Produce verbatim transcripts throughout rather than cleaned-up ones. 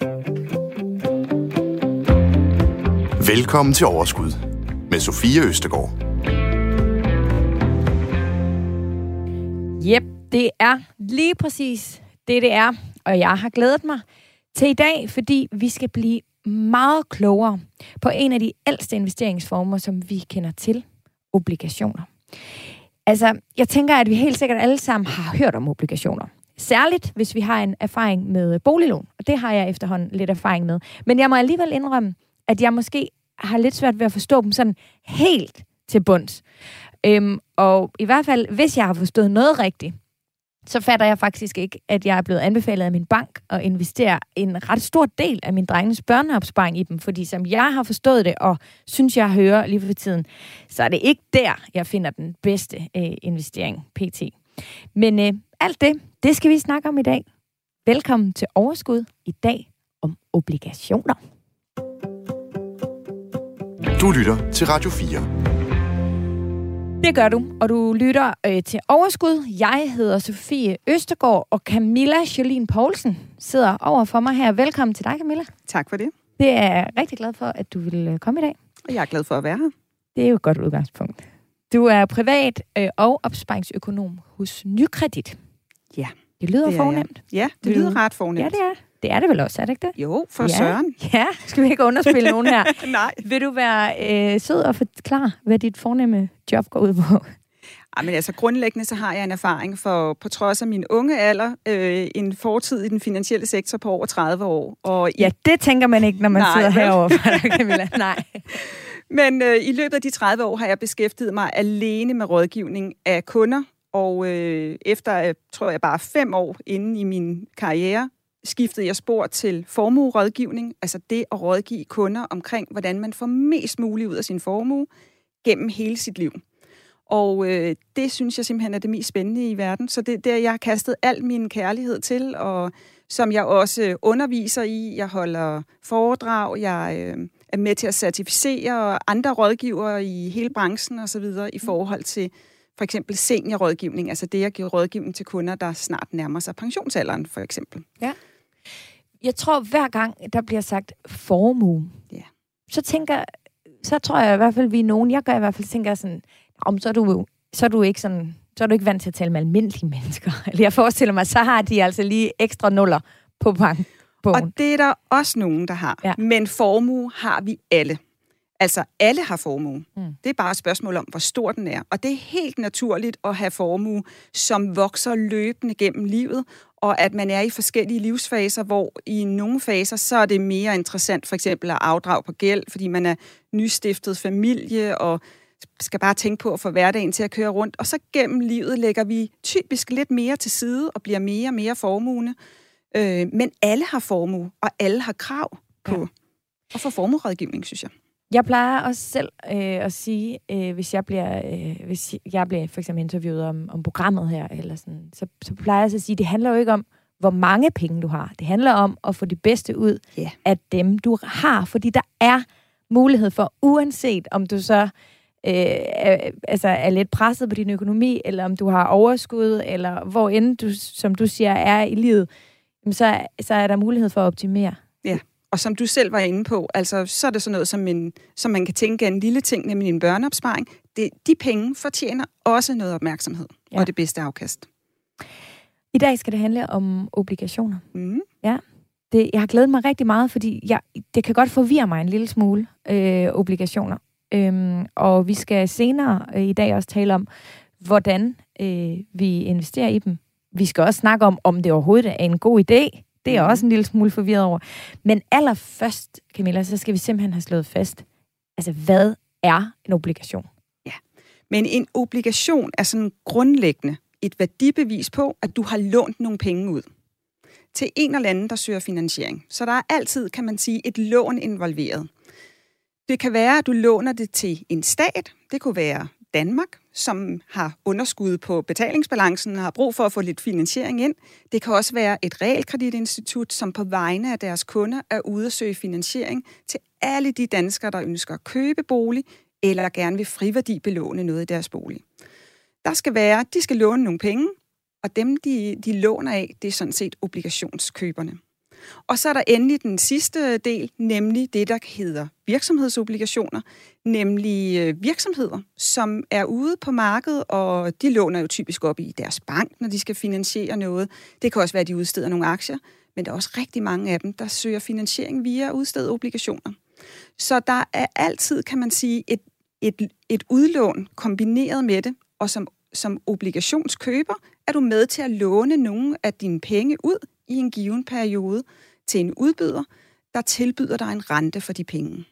Velkommen til Overskud med Sofie Østergaard. Jep, det er lige præcis det, det er. Og jeg har glædet mig til i dag, fordi vi skal blive meget klogere på en af de ældste investeringsformer, som vi kender til, obligationer. Altså, jeg tænker, at vi helt sikkert alle sammen har hørt om obligationer. Særligt, hvis vi har en erfaring med boliglån, og det har jeg efterhånden lidt erfaring med. Men jeg må alligevel indrømme, at jeg måske har lidt svært ved at forstå dem sådan helt til bunds. Øhm, og i hvert fald, hvis jeg har forstået noget rigtigt, så fatter jeg faktisk ikke, at jeg er blevet anbefalet af min bank at investere en ret stor del af min drenges børneopsparing i dem, fordi som jeg har forstået det, og synes jeg hører lige for tiden, så er det ikke der, jeg finder den bedste øh, investering, pt. Men øh, alt det, det skal vi snakke om i dag. Velkommen til Overskud i dag om obligationer. Du lytter til Radio fire. Det gør du, og du lytter øh, til Overskud. Jeg hedder Sofie Østergaard, og Camilla Jolien Poulsen sidder over for mig her. Velkommen til dig, Camilla. Tak for det. Det er jeg rigtig glad for, at du vil komme i dag. Og jeg er glad for at være her. Det er jo et godt udgangspunkt. Du er privat øh, og opsparingsøkonom hos Nykredit. Ja. Det lyder det fornemt. Ja, det lyder ret fornemt. Ja, det er. Det er det vel også, er det ikke det? Jo, for ja. søren. Ja, skal vi ikke underspille nogen her? Nej. Vil du være øh, sød og forklare, hvad dit fornemme job går ud på? Ja, men altså grundlæggende så har jeg en erfaring for, på trods af min unge alder, øh, en fortid i den finansielle sektor på over tredive år. Og i... Ja, det tænker man ikke, når man Nej, sidder herovre for dig, Camilla. Nej. Men øh, i løbet af de tredive år har jeg beskæftiget mig alene med rådgivning af kunder, og øh, efter, tror jeg, bare fem år inde i min karriere, skiftede jeg spor til formuerådgivning, altså det at rådgive kunder omkring, hvordan man får mest muligt ud af sin formue gennem hele sit liv. Og øh, det synes jeg simpelthen er det mest spændende i verden, så det er der, jeg har kastet al min kærlighed til, og som jeg også underviser i. Jeg holder foredrag, jeg øh, er med til at certificere andre rådgivere i hele branchen og så videre i forhold til for eksempel seniorrådgivning, altså det at give rådgivning til kunder, der snart nærmer sig pensionsalderen, for eksempel. Ja. Jeg tror, hver gang der bliver sagt formue, ja. så tænker, så tror jeg i hvert fald, vi er nogen, jeg gør i hvert fald, tænker sådan, om så er du, så er du ikke sådan, så er du ikke vant til at tale med almindelige mennesker. Eller jeg forestiller mig, så har de altså lige ekstra nuller på bankbogen. Og det er der også nogen, der har. Ja. Men formue har vi alle. Altså, alle har formue. Mm. Det er bare et spørgsmål om, hvor stor den er. Og det er helt naturligt at have formue, som vokser løbende gennem livet, og at man er i forskellige livsfaser, hvor i nogle faser, så er det mere interessant for eksempel at afdrage på gæld, fordi man er nystiftet familie, og skal bare tænke på at få hverdagen til at køre rundt. Og så gennem livet lægger vi typisk lidt mere til side, og bliver mere og mere formuende. Øh, men alle har formue, og alle har krav på ja. at få formuerådgivning, synes jeg. Jeg plejer også selv øh, at sige, øh, hvis jeg bliver, øh, hvis jeg bliver for eksempel interviewet om, om programmet her, eller sådan, så, så plejer jeg at sige, det handler jo ikke om, hvor mange penge du har. Det handler om at få det bedste ud yeah. af dem, du har. Fordi der er mulighed for, uanset om du så øh, er, altså er lidt presset på din økonomi, eller om du har overskud, eller hvor end du, som du siger, er i livet, så, så er der mulighed for at optimere. Ja. Yeah. Og som du selv var inde på, altså, så er det sådan noget, som, en, som man kan tænke er en lille ting, nemlig en børneopsparing. Det, de penge fortjener også noget opmærksomhed ja. og det bedste afkast. I dag skal det handle om obligationer. Mm. Ja, det, jeg har glædet mig rigtig meget, fordi jeg, det kan godt forvirre mig en lille smule, øh, obligationer. Øhm, og vi skal senere øh, i dag også tale om, hvordan øh, vi investerer i dem. Vi skal også snakke om, om det overhovedet er en god idé. Det er jeg også en lille smule forvirret over. Men allerførst, Camilla, så skal vi simpelthen have slået fast, altså hvad er en obligation? Ja, men en obligation er sådan grundlæggende et værdibevis på, at du har lånt nogle penge ud til en eller anden, der søger finansiering. Så der er altid, kan man sige, et lån involveret. Det kan være, at du låner det til en stat. Det kunne være Danmark, som har underskud på betalingsbalancen og har brug for at få lidt finansiering ind. Det kan også være et realkreditinstitut, som på vegne af deres kunder er ude at søge finansiering til alle de danskere, der ønsker at købe bolig eller gerne vil friværdi belåne noget i deres bolig. Der skal være, de skal låne nogle penge, og dem, de, de låner af, det er sådan set obligationskøberne. Og så er der endelig den sidste del, nemlig det, der hedder virksomhedsobligationer, nemlig virksomheder, som er ude på markedet, og de låner jo typisk op i deres bank, når de skal finansiere noget. Det kan også være, at de udsteder nogle aktier, men der er også rigtig mange af dem, der søger finansiering via udstedte obligationer. Så der er altid, kan man sige, et, et, et udlån kombineret med det, og som, som obligationskøber er du med til at låne nogle af dine penge ud i en given periode til en udbyder, der tilbyder dig en rente for de penge.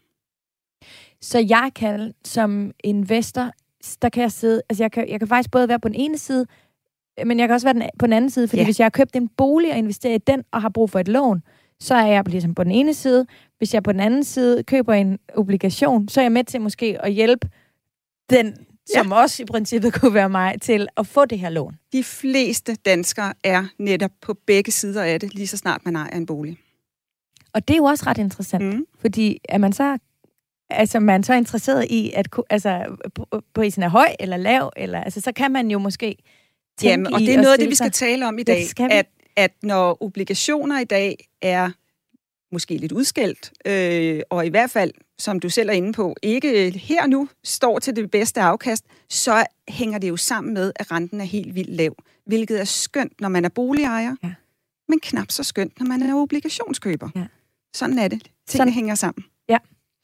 Så jeg kan som investor, der kan jeg sidde, altså jeg kan, jeg kan faktisk både være på den ene side, men jeg kan også være den, på den anden side, fordi ja. Hvis jeg har købt en bolig og investerer i den, og har brug for et lån, så er jeg ligesom på den ene side. Hvis jeg på den anden side køber en obligation, så er jeg med til måske at hjælpe den, som ja. Også i princippet kunne være mig, til at få det her lån. De fleste danskere er netop på begge sider af det, lige så snart man ejer en bolig. Og det er jo også ret interessant, mm. fordi er man så altså man så interesseret i, at altså, prisen er høj eller lav, eller altså, så kan man jo måske tænke Jamen, og det er noget af det, vi skal tale om i dag, at, at når obligationer i dag er måske lidt udskældt, øh, og i hvert fald, som du selv er inde på, ikke her nu står til det bedste afkast, så hænger det jo sammen med, at renten er helt vildt lav, hvilket er skønt, når man er boligejer, ja. Men knap så skønt, når man er obligationskøber. Ja. Sådan er det. Tingene Sådan. hænger sammen. Ja.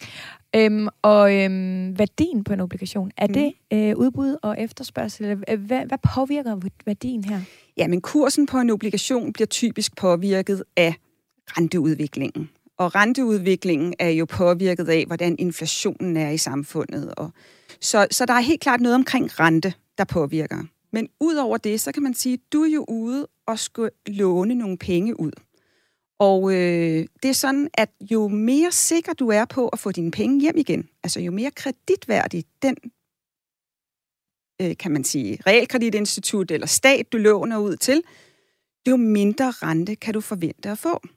Øhm, og øhm, værdien på en obligation, er mm. det øh, udbud og efterspørgsel? Hvad, hvad påvirker værdien her? Ja, men kursen på en obligation bliver typisk påvirket af renteudviklingen. Og renteudviklingen er jo påvirket af, hvordan inflationen er i samfundet. Og så, så der er helt klart noget omkring rente, der påvirker. Men ud over det, så kan man sige, at du er jo ude og skal låne nogle penge ud. Og øh, det er sådan, at jo mere sikker du er på at få dine penge hjem igen, altså jo mere kreditværdig den, øh, kan man sige, realkreditinstitut eller stat, du låner ud til, jo mindre rente kan du forvente at få.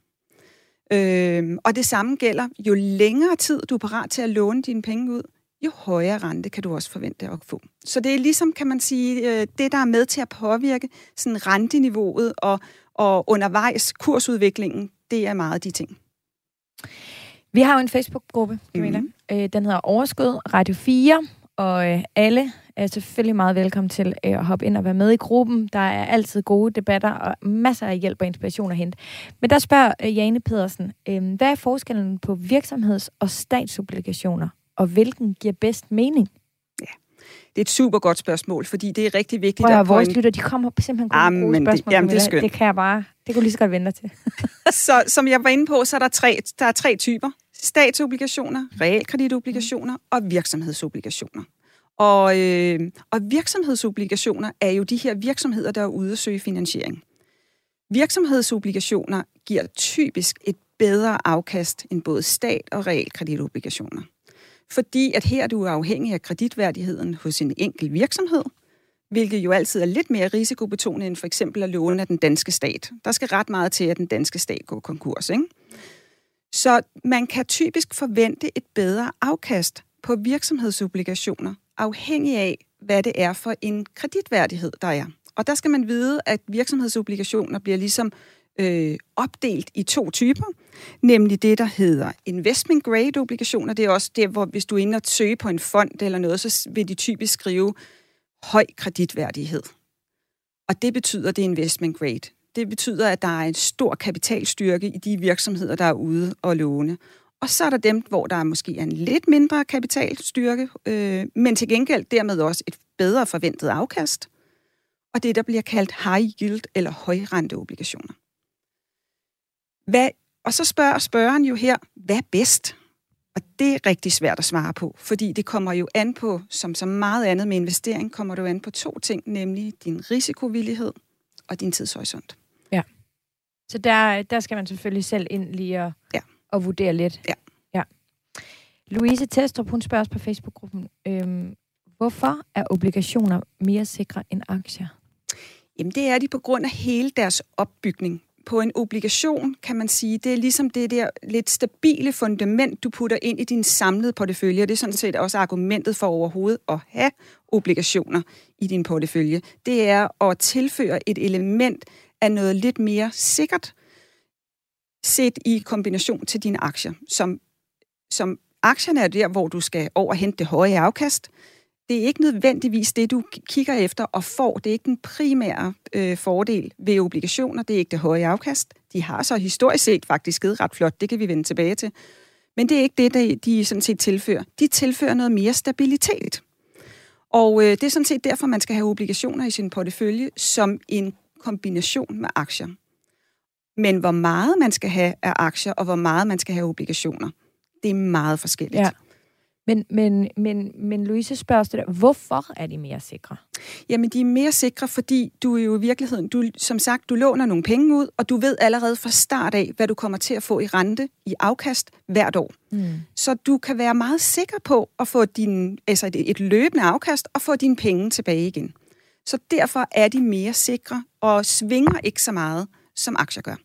Øh, og det samme gælder, jo længere tid du er parat til at låne dine penge ud, jo højere rente kan du også forvente at få. Så det er ligesom, kan man sige, det, der er med til at påvirke sådan renteniveauet og, og undervejs kursudviklingen, det er meget de ting. Vi har jo en Facebook-gruppe, Camilla. Mm-hmm. Den hedder Overskud Radio fire, og alle er selvfølgelig meget velkommen til at hoppe ind og være med i gruppen. Der er altid gode debatter og masser af hjælp og inspiration at hente. Men der spørger Jane Pedersen, hvad er forskellen på virksomheds- og statsobligationer, og hvilken giver bedst mening? Ja, det er et super godt spørgsmål, fordi det er rigtig vigtigt. Prøv at vores lytter, de kommer simpelthen gode, ah, gode spørgsmål. Det, jamen, det er skønt. Det kan jeg bare, det kunne lige så godt vente til. Så som jeg var inde på, så er der tre, der er tre typer. Statsobligationer, realkreditobligationer og virksomhedsobligationer. Og, øh, og virksomhedsobligationer er jo de her virksomheder, der er ude at søge finansiering. Virksomhedsobligationer giver typisk et bedre afkast end både stat- og realkreditobligationer. Fordi at her er du afhængig af kreditværdigheden hos en enkelt virksomhed, hvilket jo altid er lidt mere risikobetonet end for eksempel at låne af den danske stat. Der skal ret meget til, at den danske stat går konkurs, ikke? Så man kan typisk forvente et bedre afkast på virksomhedsobligationer, afhængig af, hvad det er for en kreditværdighed, der er. Og der skal man vide, at virksomhedsobligationer bliver ligesom øh, opdelt i to typer, nemlig det, der hedder investment grade obligationer. Det er også det, hvor hvis du er inde og søger på en fond eller noget, så vil de typisk skrive høj kreditværdighed. Og det betyder, det er investment grade. Det betyder, at der er en stor kapitalstyrke i de virksomheder, der er ude og låne. Og så er der dem, hvor der måske er en lidt mindre kapitalstyrke, øh, men til gengæld dermed også et bedre forventet afkast. Og det, der bliver kaldt high yield eller højrenteobligationer. Hvad, og så spørger spørgeren jo her, hvad er bedst? Og det er rigtig svært at svare på, fordi det kommer jo an på, som så meget andet med investering, kommer det jo an på to ting, nemlig din risikovillighed og din tidshorisont. Ja. Så der, der skal man selvfølgelig selv ind lige og, ja. og vurdere lidt. Ja. ja. Louise Testrup, hun spørger os på Facebook-gruppen, øhm, hvorfor er obligationer mere sikre end aktier? Jamen det er de på grund af hele deres opbygning. På en obligation, kan man sige, det er ligesom det der lidt stabile fundament, du putter ind i din samlede portefølje. Det er sådan set også argumentet for overhovedet at have obligationer i din portefølje. Det er at tilføre et element af noget lidt mere sikkert. set i kombination til dine aktier. Som, som aktierne er der, hvor du skal over hente det høje afkast. Det er ikke nødvendigvis det, du kigger efter og får. Det er ikke den primære øh, fordel ved obligationer. Det er ikke det høje afkast. De har så historisk set faktisk givet ret flot. Det kan vi vende tilbage til. Men det er ikke det, de, de sådan set tilfører. De tilfører noget mere stabilitet. Og øh, det er sådan set derfor, man skal have obligationer i sin portefølje som en kombination med aktier. Men hvor meget man skal have af aktier, og hvor meget man skal have obligationer, det er meget forskelligt. Ja. Men, men, men, men Louise spørger dig, hvorfor er de mere sikre? Jamen, de er mere sikre, fordi du jo i virkeligheden, du, som sagt, du låner nogle penge ud, og du ved allerede fra start af, hvad du kommer til at få i rente, i afkast hvert år. Mm. Så du kan være meget sikker på at få din, altså et, et løbende afkast og få dine penge tilbage igen. Så derfor er de mere sikre og svinger ikke så meget, som aktier gør.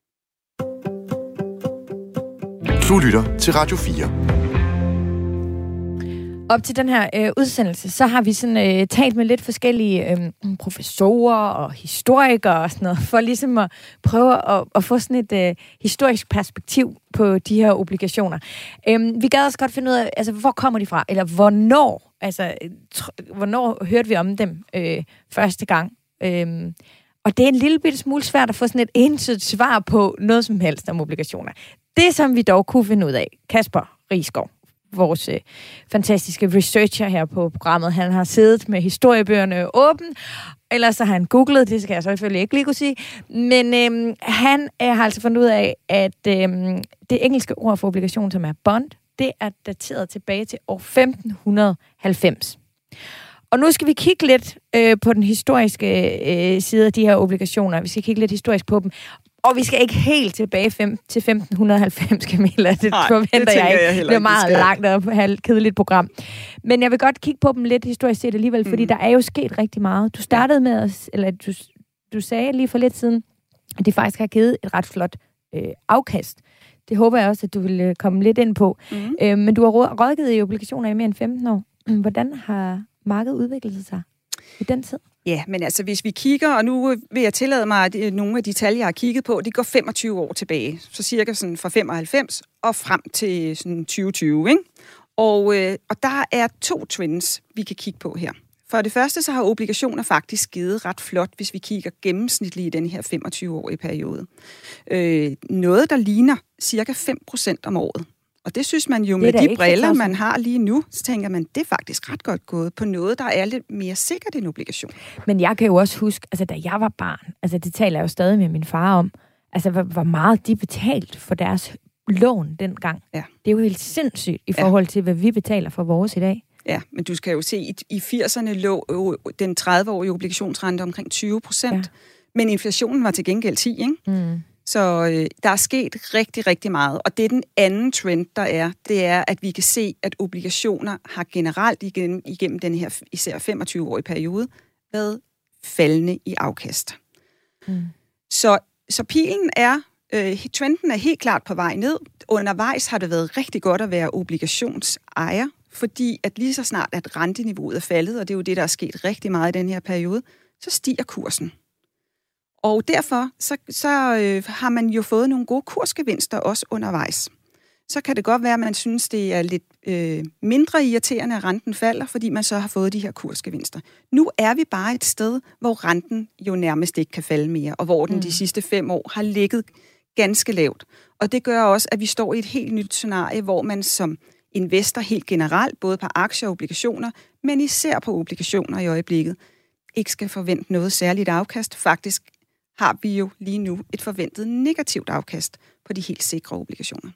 Du lytter til Radio fire. Op til den her øh, udsendelse, så har vi sådan øh, talt med lidt forskellige øh, professorer og historikere og sådan noget, for ligesom at prøve at, at få sådan et øh, historisk perspektiv på de her obligationer. Øh, vi gad også godt finde ud af, altså, hvor kommer de fra, eller hvornår, altså, tr- hvornår hørte vi om dem øh, første gang. Øh, og det er en lille bitte smule svært at få sådan et entydigt svar på noget som helst om obligationer. Det, som vi dog kunne finde ud af, Kasper Risgaard, vores øh, fantastiske researcher her på programmet. Han har siddet med historiebøgerne åben, ellers så har han googlet, det skal jeg selvfølgelig ikke lige kunne sige, men øh, han øh, har altså fundet ud af, at øh, det engelske ord for obligation, som er bond, det er dateret tilbage til år femten halvfems. Og nu skal vi kigge lidt øh, på den historiske øh, side af de her obligationer. Vi skal kigge lidt historisk på dem. Og vi skal ikke helt tilbage fem, til femten halvfems, Camilla. Det Nej, forventer det jeg ikke. Jeg det bliver meget langt og have et kedeligt program. Men jeg vil godt kigge på dem lidt historisk set alligevel, mm. fordi der er jo sket rigtig meget. Du startede med, at, eller du, du sagde lige for lidt siden, at det faktisk har givet et ret flot øh, afkast. Det håber jeg også, at du vil komme lidt ind på. Mm. Øh, men du har rådgivet i obligationer i mere end femten år. Hvordan har markedet udviklet sig i den tid? Ja, men altså hvis vi kigger, og nu vil jeg tillade mig, at nogle af de tal, jeg har kigget på, de går femogtyve år tilbage. Så cirka sådan fra femoghalvfems og frem til sådan tyve tyve, ikke? Og, øh, og der er to trends, vi kan kigge på her. For det første, så har obligationer faktisk givet ret flot, hvis vi kigger gennemsnitligt i den her femogtyve-årige periode. Øh, noget, der ligner cirka fem procent om året. Og det synes man jo med de briller, man har lige nu, så tænker man, det er faktisk ret godt gået på noget, der er lidt mere sikkert end obligation. Men jeg kan jo også huske, altså da jeg var barn, altså det taler jeg jo stadig med min far om, altså hvor, hvor meget de betalte for deres lån dengang. Ja. Det er jo helt sindssygt i forhold ja. til, hvad vi betaler for vores i dag. Ja, men du skal jo se, at i firserne lå den tredive-årige obligationsrente omkring tyve procent, ja. men inflationen var til gengæld ti, ikke? Mm. Så øh, der er sket rigtig, rigtig meget. Og det er den anden trend, der er, det er, at vi kan se, at obligationer har generelt igennem, igennem den her især femogtyve-årige periode været faldende i afkast. Mm. Så, så pilen er, øh, trenden er helt klart på vej ned. Undervejs har det været rigtig godt at være obligationsejer, fordi at lige så snart, at renteniveauet er faldet, og det er jo det, der er sket rigtig meget i den her periode, så stiger kursen. Og derfor så, så øh, har man jo fået nogle gode kursgevinster også undervejs. Så kan det godt være, at man synes, det er lidt øh, mindre irriterende, at renten falder, fordi man så har fået de her kursgevinster. Nu er vi bare et sted, hvor renten jo nærmest ikke kan falde mere, og hvor den mm. de sidste fem år har ligget ganske lavt. Og det gør også, at vi står i et helt nyt scenarie, hvor man som investor helt generelt, både på aktier og obligationer, men især på obligationer i øjeblikket, ikke skal forvente noget særligt afkast. Faktisk har vi jo lige nu et forventet negativt afkast på de helt sikre obligationer.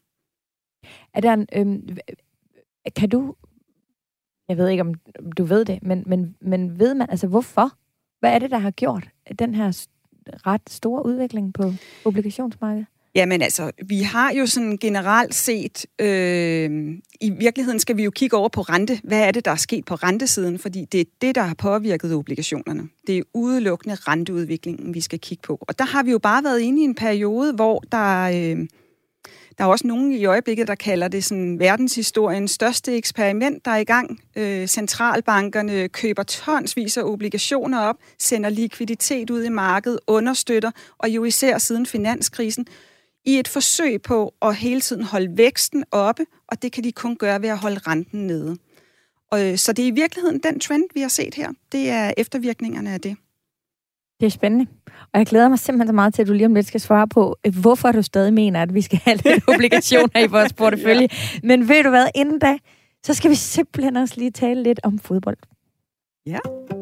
Er der en, øhm, kan du, jeg ved ikke, om du ved det, men, men, men ved man, altså hvorfor? Hvad er det, der har gjort den her ret store udvikling på obligationsmarkedet? Jamen altså, vi har jo sådan generelt set, øh, i virkeligheden skal vi jo kigge over på rente. Hvad er det, der er sket på rentesiden? Fordi det er det, der har påvirket obligationerne. Det er udelukkende renteudviklingen, vi skal kigge på. Og der har vi jo bare været inde i en periode, hvor der, øh, der er også nogen i øjeblikket, der kalder det sådan verdenshistoriens største eksperiment, der er i gang. Øh, centralbankerne køber tonsvis af obligationer op, sender likviditet ud i markedet, understøtter, og jo især siden finanskrisen, i et forsøg på at hele tiden holde væksten oppe, og det kan de kun gøre ved at holde renten nede. Og, så det er i virkeligheden den trend, vi har set her. Det er eftervirkningerne af det. Det er spændende. Og jeg glæder mig simpelthen så meget til, at du lige om lidt skal svare på, hvorfor du stadig mener, at vi skal have lidt obligationer i vores portefølje. Ja. Men ved du hvad, inden da, så skal vi simpelthen også lige tale lidt om fodbold. Ja.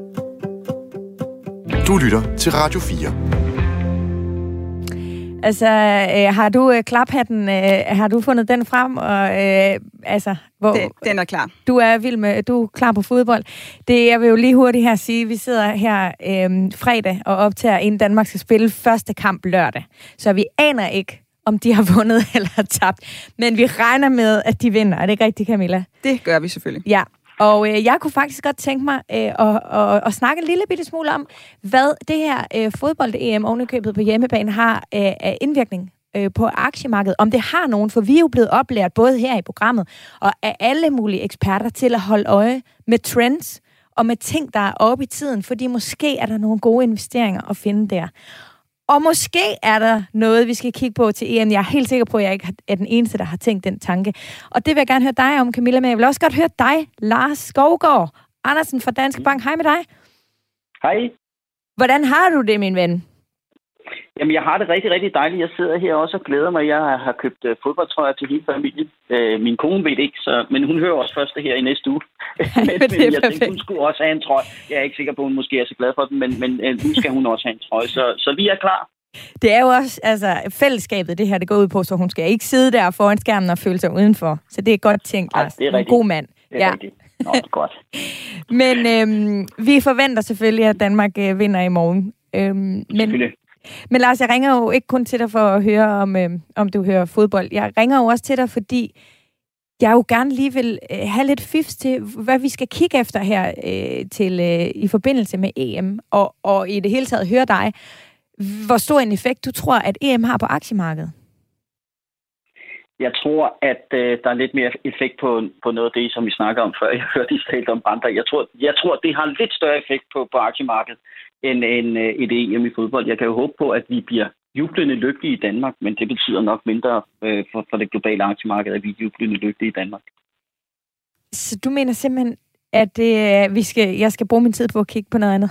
Du lytter til Radio fire. Altså, øh, har du øh, klaphatten, øh, har du fundet den frem? Og, øh, altså, hvor, den, den er klar. Du er vild med, du er klar på fodbold. Det, jeg vil jo lige hurtigt her sige, vi sidder her øh, fredag og optager, inden Danmark skal spille første kamp lørdag. Så vi aner ikke, om de har vundet eller tabt. Men vi regner med, at de vinder. Er det ikke rigtigt, Camilla? Det gør vi selvfølgelig. Ja. Og øh, jeg kunne faktisk godt tænke mig øh, at, at, at snakke en lille bitte smule om, hvad det her øh, fodbold-E M ovenikøbet på hjemmebane har øh, af indvirkning øh, på aktiemarkedet. Om det har nogen, for vi er jo blevet oplært både her i programmet og af alle mulige eksperter til at holde øje med trends og med ting, der er oppe i tiden, fordi måske er der nogle gode investeringer at finde der. Og måske er der noget, vi skal kigge på til E M. Jeg er helt sikker på, at jeg ikke er den eneste, der har tænkt den tanke. Og det vil jeg gerne høre dig om, Camilla, men jeg vil også godt høre dig, Lars Skovgaard Andersen fra Danske Bank. Hej med dig. Hej. Hvordan har du det, min ven? Jamen, jeg har det rigtig, rigtig dejligt. Jeg sidder her også og glæder mig. Jeg har købt uh, fodboldtrøjer til hele familien. Uh, min kone ved ikke, så, men hun hører også først det her i næste uge. men, men jeg tænkte, hun skulle også have en trøje. Jeg er ikke sikker på, at hun måske er så glad for den, men, men uh, nu skal hun også have en trøje. Så, så vi er klar. Det er jo også altså, fællesskabet, det her, det går ud på, så hun skal ikke sidde der foran skærmen og føle sig udenfor. Så det er godt tænkt, Lars. Det er rigtigt. En god mand. Det er ja. rigtigt. Nå, godt. men øhm, vi forventer selvfølgelig, at Danmark øh, vinder i morgen. Øhm, men Men Lars, jeg ringer jo ikke kun til dig for at høre, om, øh, om du hører fodbold. Jeg ringer jo også til dig, fordi jeg jo gerne lige vil øh, have lidt fifs til, hvad vi skal kigge efter her øh, til øh, i forbindelse med E M. Og, og i det hele taget høre dig, hvor stor en effekt du tror, at E M har på aktiemarkedet? Jeg tror, at øh, der er lidt mere effekt på, på noget af det, som vi snakker om før. Jeg hørte I talt om renter. Jeg tror, jeg tror, det har lidt større effekt på, på aktiemarkedet end, end øh, et E M i fodbold. Jeg kan jo håbe på, at vi bliver jublende lykkelige i Danmark, men det betyder nok mindre øh, for, for det globale aktiemarked, at vi er jublende lykkelige i Danmark. Så du mener simpelthen, at øh, vi skal, jeg skal bruge min tid på at kigge på noget andet?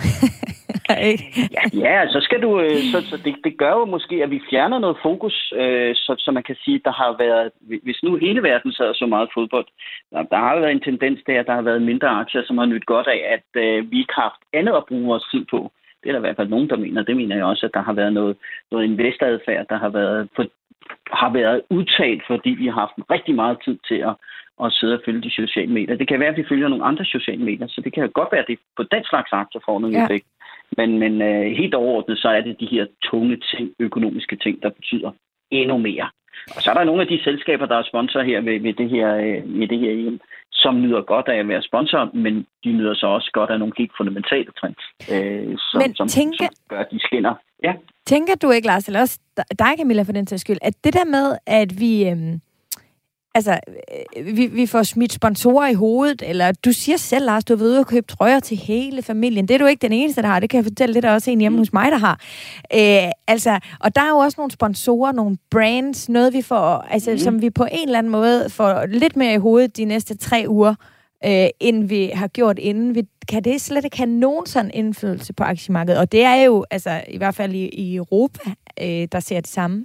ja, ja, så skal du, øh, så, så det, det gør jo måske, at vi fjerner noget fokus, øh, så, så man kan sige, der har været, hvis nu hele verden sad så meget fodbold, der, der har været en tendens der, at der har været mindre aktier, som har nydt godt af, at øh, vi ikke har haft andet at bruge vores tid på. Det er der i hvert fald nogen, der mener. Det mener jeg også, at der har været noget, noget investoradfærd, der har været, for, har været udtalt, fordi vi har haft rigtig meget tid til at, at sidde og følge de sociale medier. Det kan være, at vi følger nogle andre sociale medier, så det kan godt være, at det på den slags aktier får nogle ja. effekt. Men, men uh, helt overordnet, så er det de her tunge ting, økonomiske ting, der betyder endnu mere. Og så er der nogle af de selskaber, der er sponsor her ved, ved det her, uh, ved det her E M, som nyder godt af at være sponsor, men de nyder så også godt af nogle helt fundamentale trends, uh, som, men som, tænker, som gør, at de skinner. Ja. Tænker du ikke, Lars, eller også dig, Camilla, for den sags skyld, at det der med, at vi... Øhm Altså, vi, vi får smidt sponsorer i hovedet, eller du siger selv, Lars, du har været ude og købe trøjer til hele familien. Det er du ikke den eneste, der har. Det kan jeg fortælle, det er der også en hjemme hos mig, der har. Øh, altså, og der er jo også nogle sponsorer, nogle brands, noget vi får, altså, mm. som vi på en eller anden måde får lidt mere i hovedet de næste tre uger, øh, end vi har gjort inden. Vi, kan det slet ikke have nogen sådan indflydelse på aktiemarkedet? Og det er jo, altså, i hvert fald i, i Europa, øh, der ser det samme.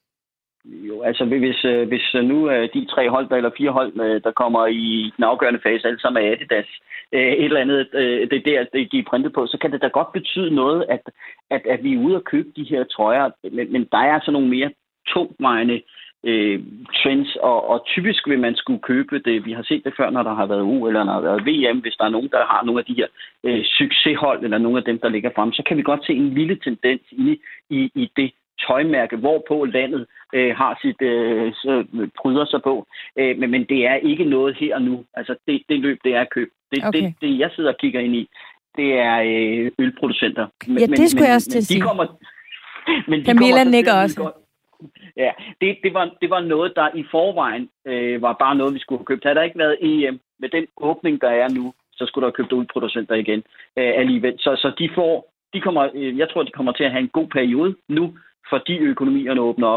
Jo, altså hvis, hvis nu de tre hold, eller fire hold, der kommer i den afgørende fase, alle sammen er Adidas, et eller andet, det er der, de er printet på, så kan det da godt betyde noget, at, at, at vi er ude og købe de her trøjer. Men, men der er altså nogle mere tungtvejende øh, trends, og, og typisk vil man skulle købe det. Vi har set det før, når der har været U eller når der har været V M. Hvis der er nogen, der har nogle af de her øh, succeshold, eller nogle af dem, der ligger frem, så kan vi godt se en lille tendens i, i, i det tøjmærke, hvorpå landet øh, har sit øh, så, pryder sig på. Øh, men, men det er ikke noget her og nu. Altså, det, det løb, det er køb. Det, okay. det, det, jeg sidder og kigger ind i, det er øh, ølproducenter. Men, ja, det men, skulle men, jeg også til at sige. Kommer, men de Camilla kommer nikker også. Godt. Ja, det, det, var, det var noget, der i forvejen øh, var bare noget, vi skulle have købt. Havde der ikke været E M med den åbning, der er nu, så skulle der have købt ølproducenter igen øh, alligevel. Så, så de får, de kommer, øh, jeg tror, de kommer til at have en god periode nu, fordi økonomierne åbner op.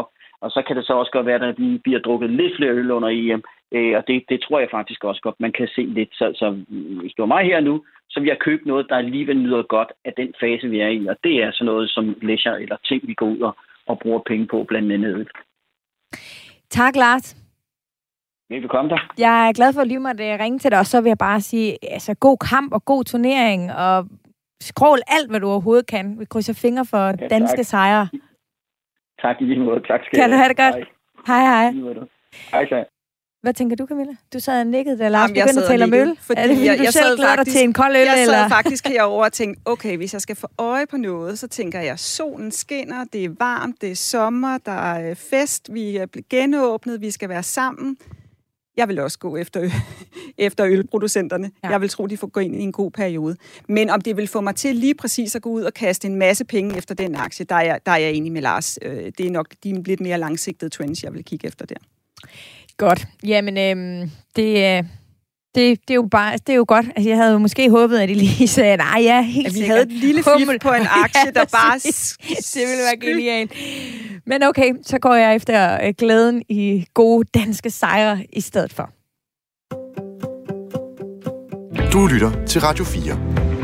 Og så kan det så også godt være, at der bliver drukket lidt flere øl under E M. Og det, det tror jeg faktisk også godt, man kan se lidt. Så, så hvis det var mig her nu, så vil jeg købe noget, der alligevel nyder godt af den fase, vi er i. Og det er sådan noget som leisure eller ting, vi går ud og, og bruger penge på, blandt andet øl. Tak, Lars. Velkommen der. Jeg er glad for at lige måtte ringe til dig, og så vil jeg bare sige, altså god kamp og god turnering, og skrål alt, hvad du overhovedet kan. Vi krydser fingre for ja, danske tak. Sejre. Tak i lige måde. Tak skal Kan du have det godt? Hej, hej. hej. Hej, hej. Hvad tænker du, Camilla? Du sad og nikkede, da Lars begyndte at tale om øl. Fordi er det, fordi jeg, du jeg selv glæder dig til en kold øl? Jeg sad eller? faktisk herovre og tænkte, okay, hvis jeg skal få øje på noget, så tænker jeg, solen skinner, det er varmt, det er sommer, der er fest, vi er genåbnet, vi skal være sammen. Jeg vil også gå efter, øl, efter ølproducenterne. Ja. Jeg vil tro, de får gå ind i en god periode. Men om det vil få mig til lige præcis at gå ud og kaste en masse penge efter den aktie, der er jeg, der er jeg enig med Lars. Det er nok de lidt mere langsigtede trends, jeg vil kigge efter der. Godt. Jamen, øhm, det, det, det, er jo bare, det er jo godt. Altså, jeg havde jo måske håbet, at I lige sagde, nej, ja, helt at vi sikkert. havde et lille fif på en aktie, der bare... Det ville være genialt. Men okay, så går jeg efter glæden i gode danske sejre i stedet for. Du lytter til Radio fire.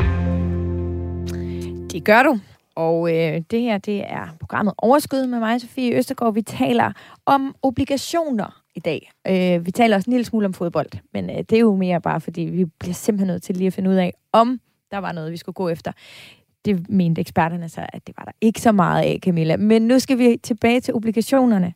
Det gør du. Og øh, det her, det er programmet Overskud med mig, Sofie Østergaard. Vi taler om obligationer i dag. Øh, vi taler også en lille smule om fodbold, men øh, det er jo mere bare, fordi vi bliver simpelthen nødt til lige at finde ud af, om der var noget, vi skulle gå efter. Det mente eksperterne så, at det var der ikke så meget af, Camilla. Men nu skal vi tilbage til obligationerne.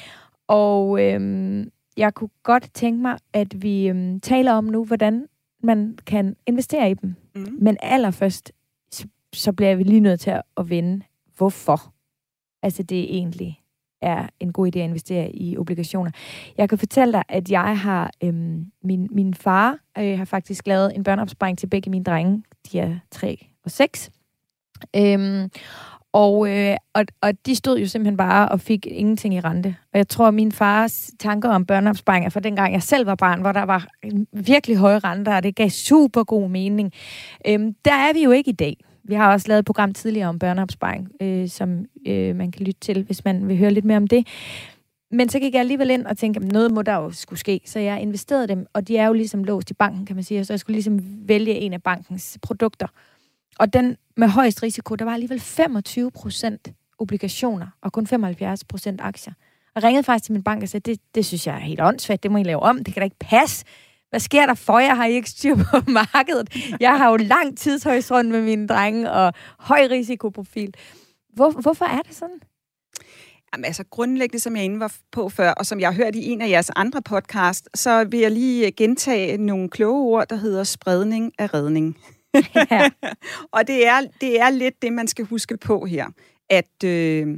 Og øh, jeg kunne godt tænke mig, at vi øh, taler om nu, hvordan man kan investere i dem. Mm. Men allerførst, så bliver vi lige nødt til at vende, hvorfor altså det egentlig er en god idé at investere i obligationer. Jeg kan fortælle dig, at jeg har, øhm, min, min far øh, har faktisk lavet en børneopsparing til begge mine drenge. De er tre og seks. Øhm, og, øh, og, og de stod jo simpelthen bare og fik ingenting i rente. Og jeg tror, at min fars tanker om børneopsparinger fra dengang jeg selv var barn, hvor der var virkelig høje renter, og det gav super god mening. Øhm, der er vi jo ikke i dag. Vi har også lavet et program tidligere om børneopsparing, øh, som øh, man kan lytte til, hvis man vil høre lidt mere om det. Men så gik jeg alligevel ind og tænkte, at noget må der jo skulle ske. Så jeg investerede dem, og de er jo ligesom låst i banken, kan man sige. Så jeg skulle ligesom vælge en af bankens produkter. Og den med højst risiko, der var alligevel femogtyve procent obligationer, og kun femoghalvfjerds procent aktier. Og ringede faktisk til min bank og sagde, det, det synes jeg er helt åndssvagt, det må I lave om, det kan da ikke passe. Hvad sker der for jer? Har I ikke styr på markedet? Jeg har jo lang tidshorisont med mine drenge og høj risikoprofil. Hvor, hvorfor er det sådan? Jamen, altså grundlæggende, som jeg inde var på før, og som jeg har hørt i en af jeres andre podcast, så vil jeg lige gentage nogle kloge ord, der hedder spredning af redning. Ja. Og det er, det er lidt det, man skal huske på her. At, øh,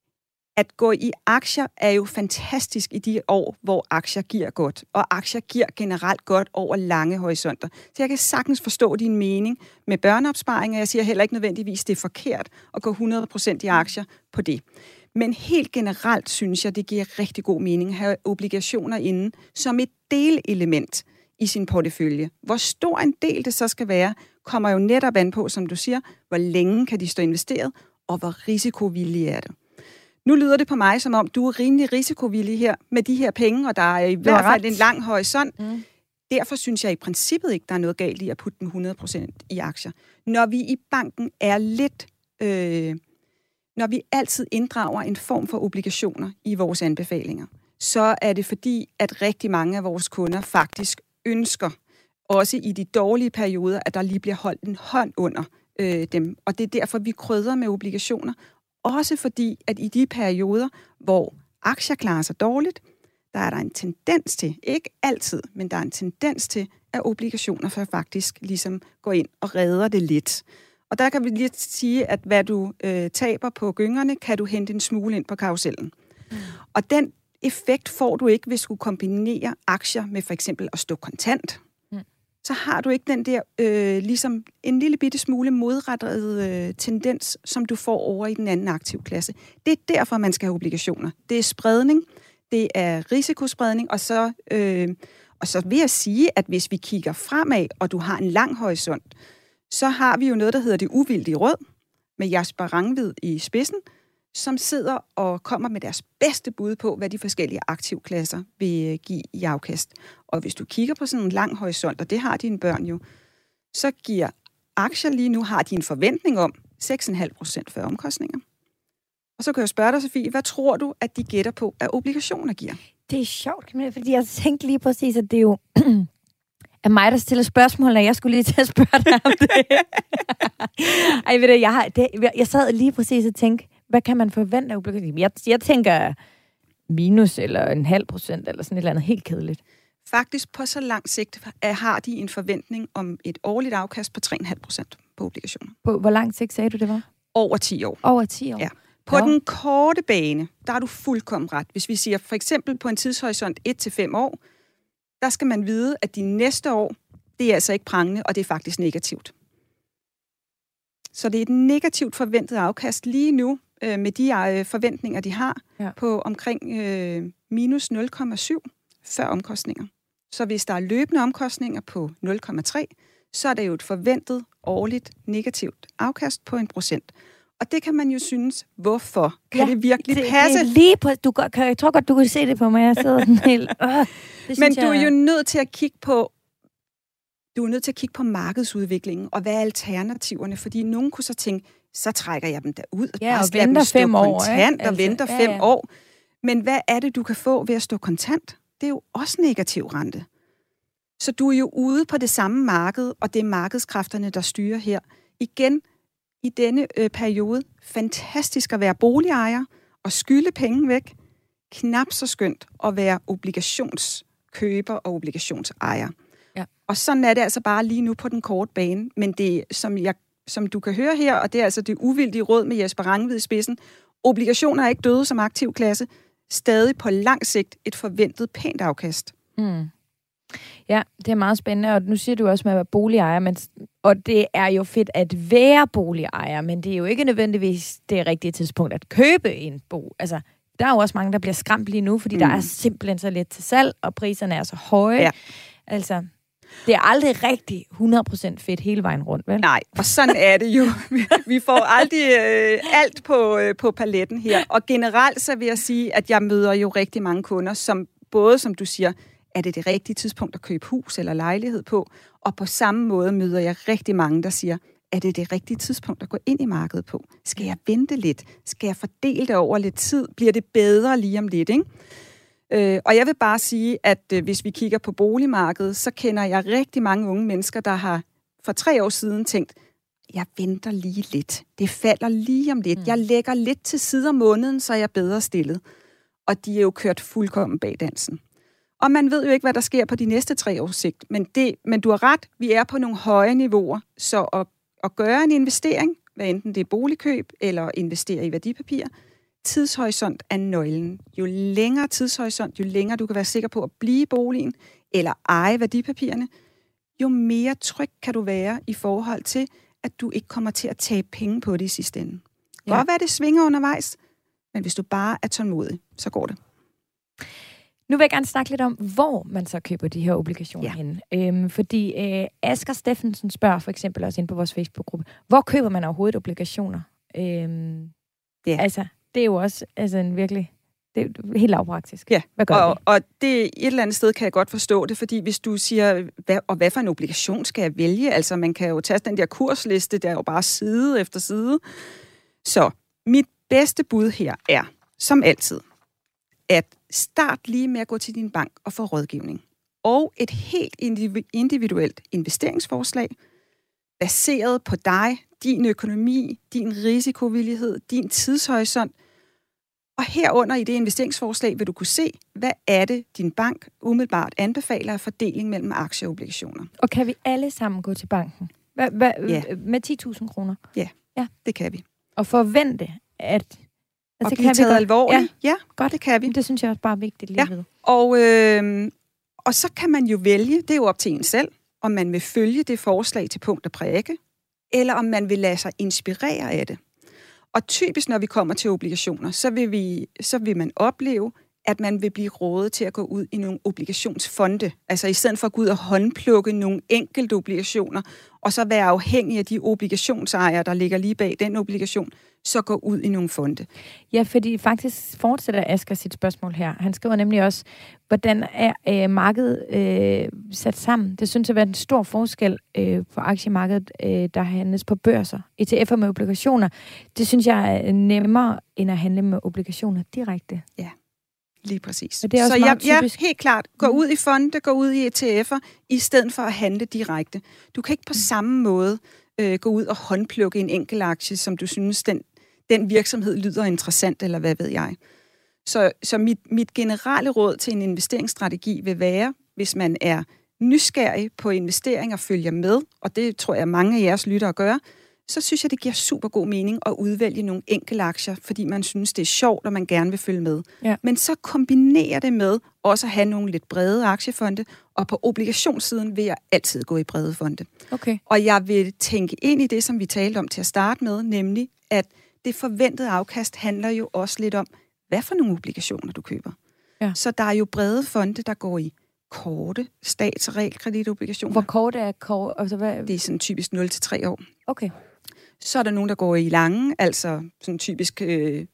at gå i aktier er jo fantastisk i de år, hvor aktier giver godt. Og aktier giver generelt godt over lange horisonter. Så jeg kan sagtens forstå din mening med børneopsparing, og jeg siger heller ikke nødvendigvis, det er forkert at gå hundrede procent i aktier på det. Men helt generelt synes jeg, det giver rigtig god mening at have obligationer inde som et delelement i sin portefølje. Hvor stor en del det så skal være, kommer jo netop an på, som du siger, hvor længe kan de stå investeret, og hvor risikovillige er det. Nu lyder det på mig, som om du er rimelig risikovillig her med de her penge, og der er i hvert fald en lang horisont. Mm. Derfor synes jeg i princippet ikke, der er noget galt i at putte dem hundrede procent i aktier. Når vi i banken er lidt... Øh, når vi altid inddrager en form for obligationer i vores anbefalinger, så er det fordi, at rigtig mange af vores kunder faktisk ønsker, også i de dårlige perioder, at der lige bliver holdt en hånd under øh, dem. Og det er derfor, vi krydrer med obligationer. Også fordi, at i de perioder, hvor aktier klarer sig dårligt, der er der en tendens til, ikke altid, men der er en tendens til, at obligationer for faktisk ligesom går ind og redder det lidt. Og der kan vi lige sige, at hvad du øh, taber på gyngerne, kan du hente en smule ind på karusellen. Mm. Og den effekt får du ikke, hvis du kombinerer aktier med for eksempel at stå kontant. Mm. Så har du ikke den der, øh, ligesom en lille bitte smule modrettet øh, tendens, som du får over i den anden aktivklasse. Det er derfor, man skal have obligationer. Det er spredning, det er risikospredning, og så, øh, og så vil jeg sige, at hvis vi kigger fremad, og du har en lang horisont, så har vi jo noget, der hedder det uvildige rød, med Jasper Rangvid i spidsen, som sidder og kommer med deres bedste bud på, hvad de forskellige aktivklasser vil give i afkast. Og hvis du kigger på sådan en lang horisont, og det har dine børn jo, så giver aktier lige nu, har de en forventning om seks komma fem procent før omkostninger. Og så kan jeg spørge dig, Sofie, hvad tror du, at de gætter på, at obligationer giver? Det er sjovt, fordi jeg tænkte lige præcis, at det er jo er mig, der stiller spørgsmål, og jeg skulle lige til at spørge dig om det. Ej, ved du, jeg, har, det, jeg sad lige præcis og tænkte, hvad kan man forvente af obligationer? Jeg, jeg tænker minus eller en halv procent, eller sådan et eller andet helt kedeligt. Faktisk på så lang sigt har de en forventning om et årligt afkast på tre komma fem procent på obligationer. På hvor lang sigt sagde du, det var? Over ti år. Over ti år? Ja. På ja. Den korte bane, der er du fuldkommen ret. Hvis vi siger for eksempel på en tidshorisont et til fem år, der skal man vide, at de næste år, det er altså ikke prangende, og det er faktisk negativt. Så det er et negativt forventet afkast lige nu, øh, med de øh, forventninger, de har, ja. På omkring øh, minus nul komma syv før omkostninger. Så hvis der er løbende omkostninger på nul komma tre, så er det jo et forventet årligt negativt afkast på en procent. Og det kan man jo synes, hvorfor? Kan ja, det virkelig det, passe? Det er lige på, du, kan, jeg tror godt, du kan se det på mig. Jeg sidder sådan helt... Øh, Men du er jo nødt til at kigge på du er nødt til at kigge på markedsudviklingen, og hvad er alternativerne? Fordi nogen kunne så tænke, så trækker jeg dem derud, og ja, bare og venter fem år, kontant, ikke? og altså, venter fem ja, ja. år. Men hvad er det, du kan få ved at stå kontant? Det er jo også negativ rente. Så du er jo ude på det samme marked, og det er markedskræfterne, der styrer her. Igen, i denne øh, periode, fantastisk at være boligejer og skylde penge væk. Knap så skønt at være obligationskøber og obligationsejer. Ja. Og sådan er det altså bare lige nu på den korte bane. Men det, som, jeg, som du kan høre her, og det er altså det uvildige råd med Jesper Rangvid i spidsen, obligationer er ikke døde som aktiv klasse. Stadig på lang sigt et forventet pænt afkast. Mm. Ja, det er meget spændende, og nu siger du også med at være boligejer, men, og det er jo fedt at være boligejer, men det er jo ikke nødvendigvis det rigtige tidspunkt at købe en bo. Altså, der er jo også mange, der bliver skræmt lige nu, fordi mm. der er simpelthen så lidt til salg, og priserne er så høje. Ja. Altså, det er aldrig rigtig hundrede procent fedt hele vejen rundt, vel? Nej, og sådan er det jo. Vi får aldrig øh, alt på, øh, på paletten her. Og generelt så vil jeg sige, at jeg møder jo rigtig mange kunder, som både, som du siger, er det det rigtige tidspunkt at købe hus eller lejlighed på? Og på samme måde møder jeg rigtig mange, der siger, er det det rigtige tidspunkt at gå ind i markedet på? Skal jeg vente lidt? Skal jeg fordele det over lidt tid? Bliver det bedre lige om lidt, ikke? Øh, og jeg vil bare sige, at øh, hvis vi kigger på boligmarkedet, så kender jeg rigtig mange unge mennesker, der har for tre år siden tænkt, jeg venter lige lidt. Det falder lige om lidt. Mm. Jeg lægger lidt til side om måneden, så er jeg bedre stillet. Og de er jo kørt fuldkommen bag dansen. Og man ved jo ikke, hvad der sker på de næste tre års sigt. Men, det, men du har ret, vi er på nogle høje niveauer. Så at, at gøre en investering, hvad enten det er boligkøb eller investere i værdipapirer, tidshorisont er nøglen. Jo længere tidshorisont, jo længere du kan være sikker på at blive i boligen eller eje værdipapirerne, jo mere tryg kan du være i forhold til, at du ikke kommer til at tabe penge på det i sidste ende. Ja. Godt være, det svinger undervejs, men hvis du bare er tålmodig, så går det. Nu vil jeg gerne snakke lidt om, hvor man så køber de her obligationer ja. henne. Øhm, fordi øh, Asger Steffensen spørger for eksempel også ind på vores Facebook-gruppe, hvor køber man overhovedet obligationer? Øhm, ja. Altså, det er jo også altså, en virkelig... Det er helt lavpraktisk. Ja, hvad gør og, og det et eller andet sted kan jeg godt forstå det, fordi hvis du siger, hvad, og hvad for en obligation skal jeg vælge? Altså, man kan jo tage den der kursliste, der er jo bare side efter side. Så mit bedste bud her er, som altid, at start lige med at gå til din bank og få rådgivning. Og et helt individuelt investeringsforslag, baseret på dig, din økonomi, din risikovillighed, din tidshorisont. Og herunder i det investeringsforslag vil du kunne se, hvad er det, din bank umiddelbart anbefaler af fordeling mellem aktier og obligationer. Og kan vi alle sammen gå til banken? Hva, hva, ja. Med ti tusind kroner? Ja, ja, det kan vi. Og forvente, at... Og altså, blive taget alvorligt. Ja, ja, godt, det kan vi. Det synes jeg også bare er vigtigt lige ja. ved. Og, øh, og så kan man jo vælge, det er jo op til en selv, om man vil følge det forslag til punkt og prikke, eller om man vil lade sig inspirere af det. Og typisk, når vi kommer til obligationer, så vil, vi, så vil man opleve, at man vil blive rådet til at gå ud i nogle obligationsfonde. Altså i stedet for at gå ud og håndplukke nogle enkelte obligationer, og så være afhængig af de obligationsejere, der ligger lige bag den obligation, så gå ud i nogle fonde. Ja, fordi faktisk fortsætter Asger sit spørgsmål her. Han skriver nemlig også, hvordan er øh, markedet øh, sat sammen? Det synes at være en stor forskel øh, på aktiemarkedet, øh, der handles på børser. E T F'er med obligationer, det synes jeg er nemmere end at handle med obligationer direkte. Ja. Lige præcis. Og det er også så meget ja, typisk. ja, helt klart. Gå ud i fonde, gå ud i E T F'er, i stedet for at handle direkte. Du kan ikke på samme måde øh, gå ud og håndplukke en enkelt aktie, som du synes, den, den virksomhed lyder interessant, eller hvad ved jeg. Så, så mit, mit generelle råd til en investeringsstrategi vil være, hvis man er nysgerrig på investeringer og følger med, og det tror jeg mange af jeres lyttere gør, så synes jeg, det giver super god mening at udvælge nogle enkelte aktier, fordi man synes, det er sjovt, og man gerne vil følge med. Ja. Men så kombinere det med også at have nogle lidt brede aktiefonde, og på obligationssiden vil jeg altid gå i brede fonde. Okay. Og jeg vil tænke ind i det, som vi talte om til at starte med, nemlig at det forventede afkast handler jo også lidt om, hvad for nogle obligationer du køber. Ja. Så der er jo brede fonde, der går i korte stats- og realkreditobligationer. Hvor kort er kort? Altså, hvad? Det er sådan typisk nul til tre år. Okay. Så er der nogen, der går i lange, altså sådan typisk øh,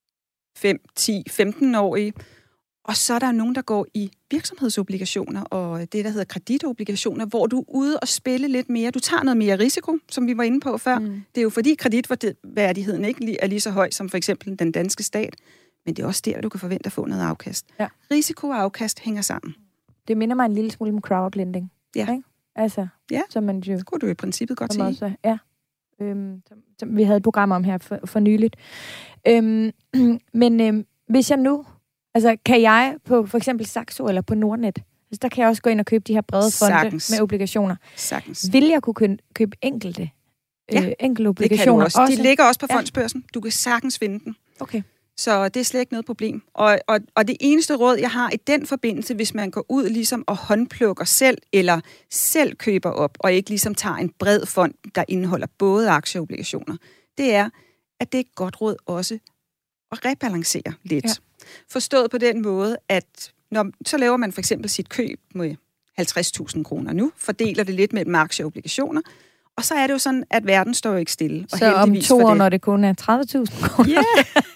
fem, ti, femten-årige. Og så er der nogen, der går i virksomhedsobligationer og det, der hedder kreditobligationer, hvor du er ude og spille lidt mere. Du tager noget mere risiko, som vi var inde på før. Mm. Det er jo fordi kreditværdigheden ikke er lige så høj som for eksempel den danske stat. Men det er også der, du kan forvente at få noget afkast. Ja. Risiko og afkast hænger sammen. Det minder mig en lille smule om crowdlending. Ja. Ikke? Altså, ja. som man jo... Det kunne du i princippet godt sige. Også, ja. Øhm, som, som vi havde et program om her for, for nyligt. Øhm, men øhm, hvis jeg nu... Altså, kan jeg på for eksempel Saxo eller på Nordnet, altså, der kan jeg også gå ind og købe de her brede fonde Sagtens. med obligationer. Sagtens. Vil jeg kunne købe, købe enkelte, ja. øh, enkelte obligationer? Det kan du også. også? De ligger også på ja. fondsbørsen. Du kan sagtens finde den. Okay. Så det er slet ikke noget problem. Og, og, og det eneste råd, jeg har i den forbindelse, hvis man går ud ligesom og håndplukker selv, eller selv køber op, og ikke ligesom tager en bred fond, der indeholder både aktieobligationer, det er, at det er et godt råd også at rebalancere lidt. Ja. Forstået på den måde, at når, så laver man for eksempel sit køb med halvtreds tusind kroner nu, fordeler det lidt mellem aktieobligationer, og så er det jo sådan, at verden står jo ikke stille. Og så om to år, når det kun er tredive tusind kroner? Ja.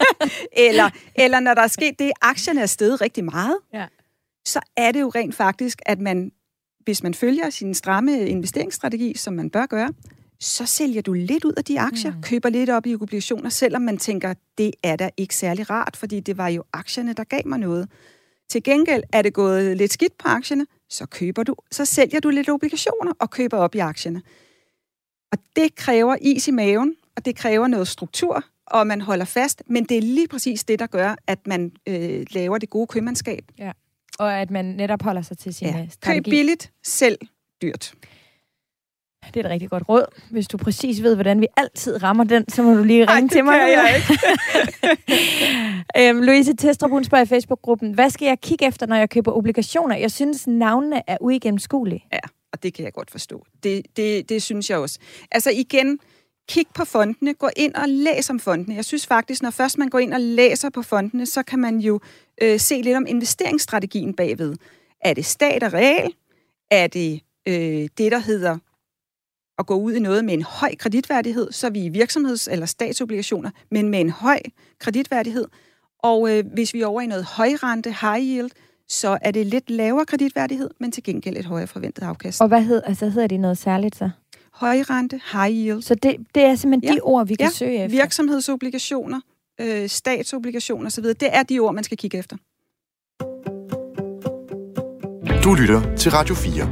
eller, eller når der er sket det, at aktierne er steget rigtig meget, ja. så er det jo rent faktisk, at man, hvis man følger sin stramme investeringsstrategi, som man bør gøre, så sælger du lidt ud af de aktier, mm. køber lidt op i obligationer, selvom man tænker, det er da ikke særlig rart, fordi det var jo aktierne, der gav mig noget. Til gengæld er det gået lidt skidt på aktierne, så køber du, så sælger du lidt obligationer og køber op i aktierne. Og det kræver is i maven, og det kræver noget struktur, og man holder fast, men det er lige præcis det, der gør, at man øh, laver det gode købmandskab. Ja. Og at man netop holder sig til sin ja. strategi. Køb billigt, sælg dyrt. Det er et rigtig godt råd. Hvis du præcis ved, hvordan vi altid rammer den, så må du lige ringe Ej, til mig. Nej, det kan jeg ikke. øhm, Louise Testrup, hun spørger i Facebook-gruppen, hvad skal jeg kigge efter, når jeg køber obligationer? Jeg synes, navnene er uigennemskuelige. Ja, og det kan jeg godt forstå. Det, det, det synes jeg også. Altså igen, kig på fondene, gå ind og læs om fondene. Jeg synes faktisk, når først man går ind og læser på fondene, så kan man jo øh, se lidt om investeringsstrategien bagved. Er det stat og real? Er det øh, det, der hedder at gå ud i noget med en høj kreditværdighed, så er vi i virksomheds- eller statsobligationer, men med en høj kreditværdighed. Og øh, hvis vi er over i noget højrente, high yield, så er det lidt lavere kreditværdighed, men til gengæld et højere forventet afkast. Og hvad hed, altså, hedder det noget særligt så? Højrente, high yield. Så det, det er simpelthen ja. de ord, vi kan ja. søge efter? Virksomhedsobligationer, øh, statsobligationer osv. Det er de ord, man skal kigge efter. Du lytter til Radio fire.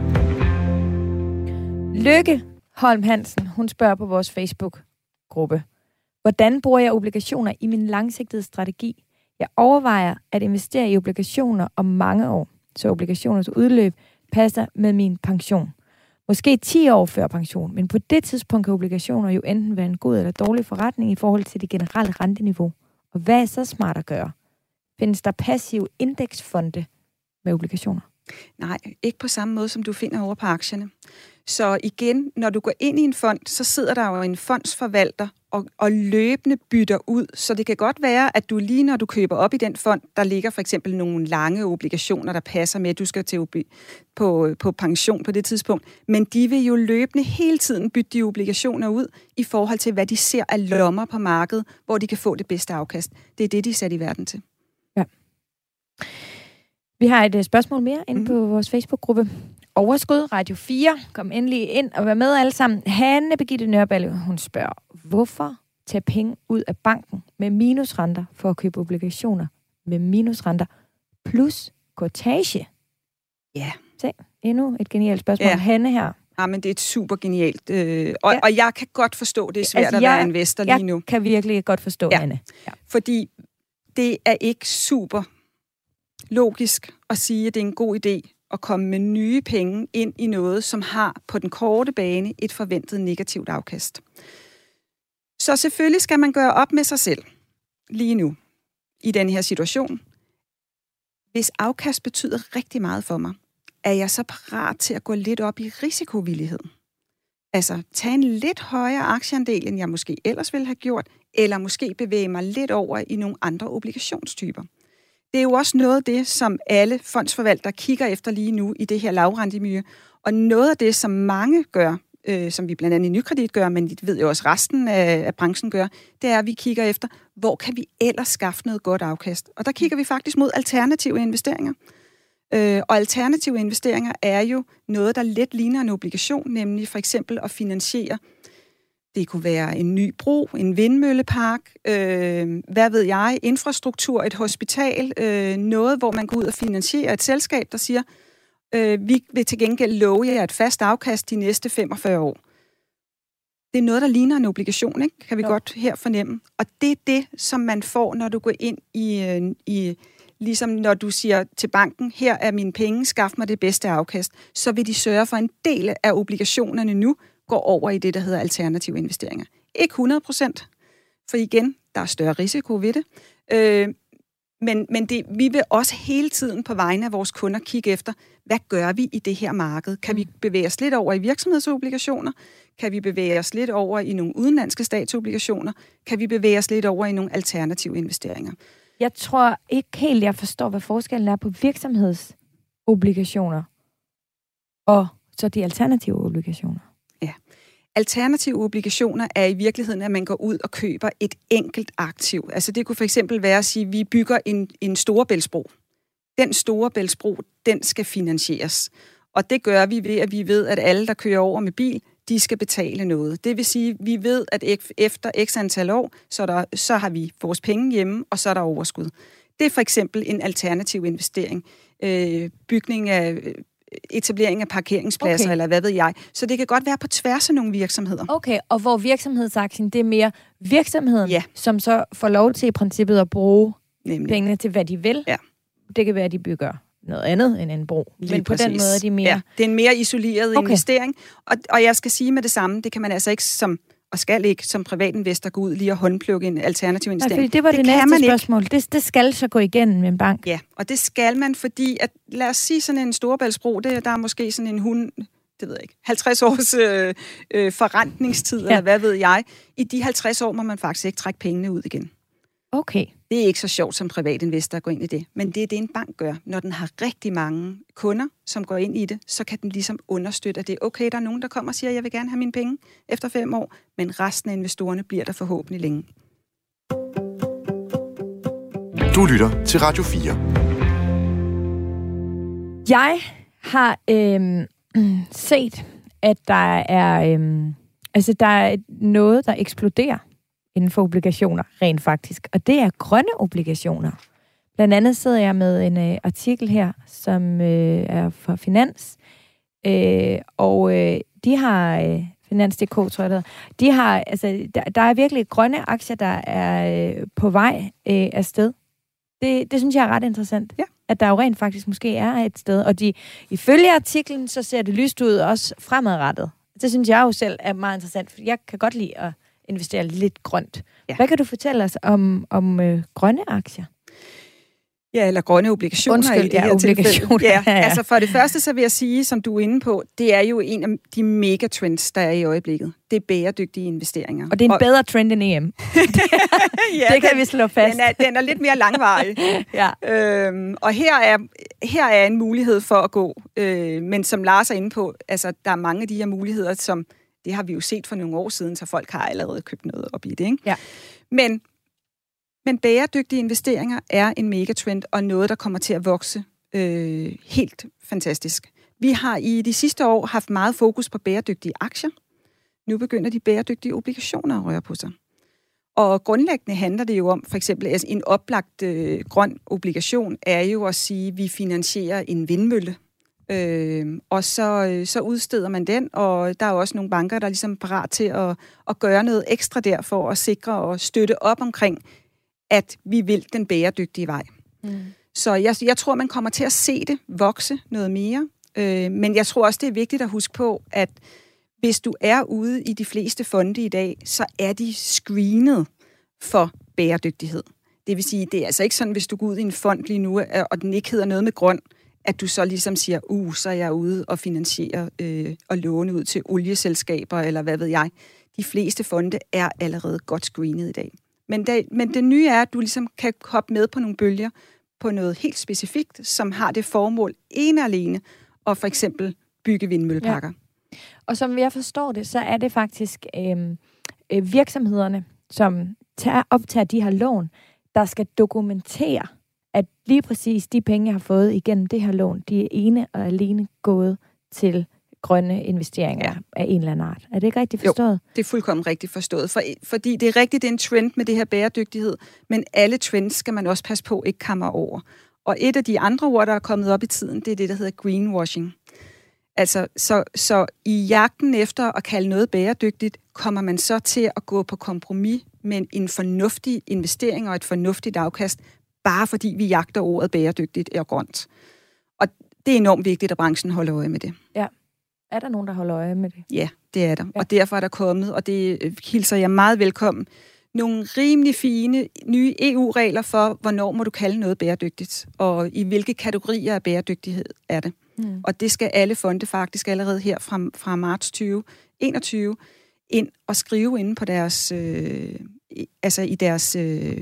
Lykke Holm Hansen, hun spørger på vores Facebook-gruppe. Hvordan bruger jeg obligationer i min langsigtede strategi? Jeg overvejer at investere i obligationer om mange år, så obligationers udløb passer med min pension. Måske ti år før pension, men på det tidspunkt kan obligationer jo enten være en god eller dårlig forretning i forhold til det generelle renteniveau. Og hvad er så smart at gøre? Findes der passive indeksfonde? med obligationer? Nej, ikke på samme måde, som du finder over på aktierne. Så igen, når du går ind i en fond, så sidder der jo en fondsforvalter og, og løbende bytter ud. Så det kan godt være, at du lige når du køber op i den fond, der ligger for eksempel nogle lange obligationer, der passer med, at du skal til på, på pension på det tidspunkt. Men de vil jo løbende hele tiden bytte de obligationer ud i forhold til, hvad de ser af lommer på markedet, hvor de kan få det bedste afkast. Det er det, de er sat i verden til. Ja. Vi har et spørgsmål mere inde mm. på vores Facebook-gruppe. Overskud, Radio fire. Kom endelig ind og vær med alle sammen. Hanne Birgitte Nørballe, hun spørger, hvorfor tage penge ud af banken med minusrenter for at købe obligationer med minusrenter plus kortage? Ja. Se, endnu et genialt spørgsmål. Ja. Hanne her. Ja, men det er et super genialt. Øh, og, ja. og jeg kan godt forstå, det er svært altså, altså, jeg, at være investor jeg lige nu. Jeg kan virkelig godt forstå, ja. Hanne. Ja. Fordi det er ikke super logisk at sige, at det er en god idé at komme med nye penge ind i noget, som har på den korte bane et forventet negativt afkast. Så selvfølgelig skal man gøre op med sig selv lige nu i den her situation. Hvis afkast betyder rigtig meget for mig, er jeg så parat til at gå lidt op i risikovillighed. Altså tage en lidt højere aktieandel, end jeg måske ellers ville have gjort, eller måske bevæge mig lidt over i nogle andre obligationstyper. Det er jo også noget af det, som alle fondsforvaltere kigger efter lige nu i det her lavrentemiljø. Og noget af det, som mange gør, øh, som vi blandt andet i Nykredit gør, men vi ved jo også resten af, af branchen gør, det er, at vi kigger efter, hvor kan vi ellers skaffe noget godt afkast. Og der kigger vi faktisk mod alternative investeringer. Øh, og alternative investeringer er jo noget, der let ligner en obligation, nemlig for eksempel at finansiere. Det kunne være en ny bro, en vindmøllepark, øh, hvad ved jeg, infrastruktur, et hospital, øh, noget, hvor man går ud og finansierer et selskab, der siger, øh, vi vil til gengæld love jer et fast afkast de næste femogfyrre år. Det er noget, der ligner en obligation, ikke? Kan vi jo. Godt her fornemme. Og det er det, som man får, når du går ind i, øh, i ligesom når du siger til banken, her er mine penge, skaf mig det bedste afkast, så vil de sørge for en del af obligationerne nu, går over i det, der hedder alternative investeringer. Ikke hundrede procent, for igen, der er større risiko ved det. Øh, men men det, vi vil også hele tiden på vegne af vores kunder kigge efter, hvad gør vi i det her marked? Kan vi bevæge os lidt over i virksomhedsobligationer? Kan vi bevæge os lidt over i nogle udenlandske statsobligationer? Kan vi bevæge os lidt over i nogle alternative investeringer? Jeg tror ikke helt, jeg forstår, hvad forskellen er på virksomhedsobligationer og så de alternative obligationer. Ja. Alternative obligationer er i virkeligheden, at man går ud og køber et enkelt aktiv. Altså det kunne for eksempel være at sige, at vi bygger en, en Storebæltsbro. Den Storebæltsbro, den skal finansieres. Og det gør vi ved, at vi ved, at alle, der kører over med bil, de skal betale noget. Det vil sige, at vi ved, at efter x antal år, så, der, så har vi vores penge hjemme, og så er der overskud. Det er for eksempel en alternativ investering. Øh, bygning af... etablering af parkeringspladser, okay. eller hvad ved jeg. Så det kan godt være på tværs af nogle virksomheder. Okay, og hvor virksomhedsaktien, det er mere virksomheden, ja. Som så får lov til i princippet at bruge Nemlig. Pengene til, hvad de vil. Ja. Det kan være, at de bygger noget andet end en bro. Lige Men på præcis. Den måde er de mere... Ja, det er en mere isoleret okay. investering. Og, og jeg skal sige med det samme, det kan man altså ikke som... og skal ikke som privatinvestor gå ud lige og håndplukke en alternativ investering. Ja, det var det, det næste spørgsmål. Det, det skal så gå igennem med en bank. Ja, og det skal man, fordi at, lad os sige sådan en Storebæltsbro, det, der er måske sådan en hund, det ved jeg ikke, halvtreds års øh, øh, forrentningstid, ja. Eller hvad ved jeg. I de halvtreds år må man faktisk ikke trække pengene ud igen. Okay. Det er ikke så sjovt som privatinvestor at gå ind i det, men det er det, en bank gør. Når den har rigtig mange kunder, som går ind i det, så kan den ligesom understøtte, at det er okay, der er nogen, der kommer og siger, jeg vil gerne have mine penge efter fem år, men resten af investorerne bliver der forhåbentlig længe. Du lytter til Radio fire. Jeg har øhm, set, at der er, øhm, altså der er noget, der eksploderer inden for obligationer, rent faktisk. Og det er grønne obligationer. Blandt andet sidder jeg med en øh, artikel her, som øh, er fra Finans. Øh, og øh, de har... Øh, Finans punktum d k, tror jeg det hedder. De har, altså, der, der er virkelig grønne aktier, der er øh, på vej øh, afsted. Det, det synes jeg er ret interessant. Ja. At der jo rent faktisk måske er et sted. Og de, ifølge artiklen, så ser det lyst ud også fremadrettet. Det synes jeg jo selv er meget interessant, for jeg kan godt lide at investere lidt grønt. Ja. Hvad kan du fortælle os om, om øh, grønne aktier? Ja, eller grønne obligationer. Undskyld, i det ja, her obligationer. tilfælde. Ja, Ja, ja. altså for det første, så vil jeg sige, som du er inde på, det er jo en af de megatrends, der er i øjeblikket. Det er bæredygtige investeringer. Og det er en og... bedre trend end E M. ja, det kan den, vi slå fast. Den er, den er lidt mere langvarig. ja. øhm, og her er, her er en mulighed for at gå. Øh, men som Lars er inde på, altså der er mange af de her muligheder, som det har vi jo set for nogle år siden, så folk har allerede købt noget op i det. Ikke? Ja. Men Men bæredygtige investeringer er en megatrend, og noget, der kommer til at vokse øh, helt fantastisk. Vi har i de sidste år haft meget fokus på bæredygtige aktier. Nu begynder de bæredygtige obligationer at røre på sig. Og grundlæggende handler det jo om, for eksempel altså en oplagt øh, grøn obligation, er jo at sige, at vi finansierer en vindmølle. Øh, og så, øh, så udsteder man den, og der er også nogle banker, der er ligesom parat til at, at gøre noget ekstra der, for at sikre og støtte op omkring, at vi vil den bæredygtige vej. Mm. Så jeg, jeg tror, man kommer til at se det vokse noget mere. Øh, men jeg tror også, det er vigtigt at huske på, at hvis du er ude i de fleste fonde i dag, så er de screenet for bæredygtighed. Det vil sige, det er altså ikke sådan, hvis du går ud i en fond lige nu, og den ikke hedder noget med grøn, at du så ligesom siger, uh, så er jeg ude og finansiere øh, og låne ud til olieselskaber, eller hvad ved jeg. De fleste fonde er allerede godt screenet i dag. Men det, men det nye er, at du ligesom kan hoppe med på nogle bølger på noget helt specifikt, som har det formål ene alene, og for eksempel bygge vindmølleparker. Ja. Og som jeg forstår det, så er det faktisk øh, øh, virksomhederne, som tager, optager de her lån, der skal dokumentere, at lige præcis de penge, jeg har fået igennem det her lån, de er ene og alene gået til grønne investeringer ja. af en eller anden art. Er det ikke rigtigt forstået? Jo, det er fuldkommen rigtigt forstået. For, fordi det er rigtigt, det er en trend med det her bæredygtighed, men alle trends skal man også passe på, ikke kommer over. Og et af de andre ord, der er kommet op i tiden, det er det, der hedder greenwashing. Altså, så, så i jagten efter at kalde noget bæredygtigt, kommer man så til at gå på kompromis med en fornuftig investering og et fornuftigt afkast, bare fordi vi jagter ordet bæredygtigt og grønt. Og det er enormt vigtigt, at branchen holder øje med det. Ja. Er der nogen, der holder øje med det? Ja, det er der. Ja. Og derfor er der kommet, og det hilser jeg meget velkommen, nogle rimelig fine nye E U-regler for, hvornår må du kalde noget bæredygtigt, og i hvilke kategorier af bæredygtighed er det. Mm. Og det skal alle fonde faktisk allerede her fra, fra marts tyve enogtyve ind og skrive inde på deres, øh, altså i deres øh,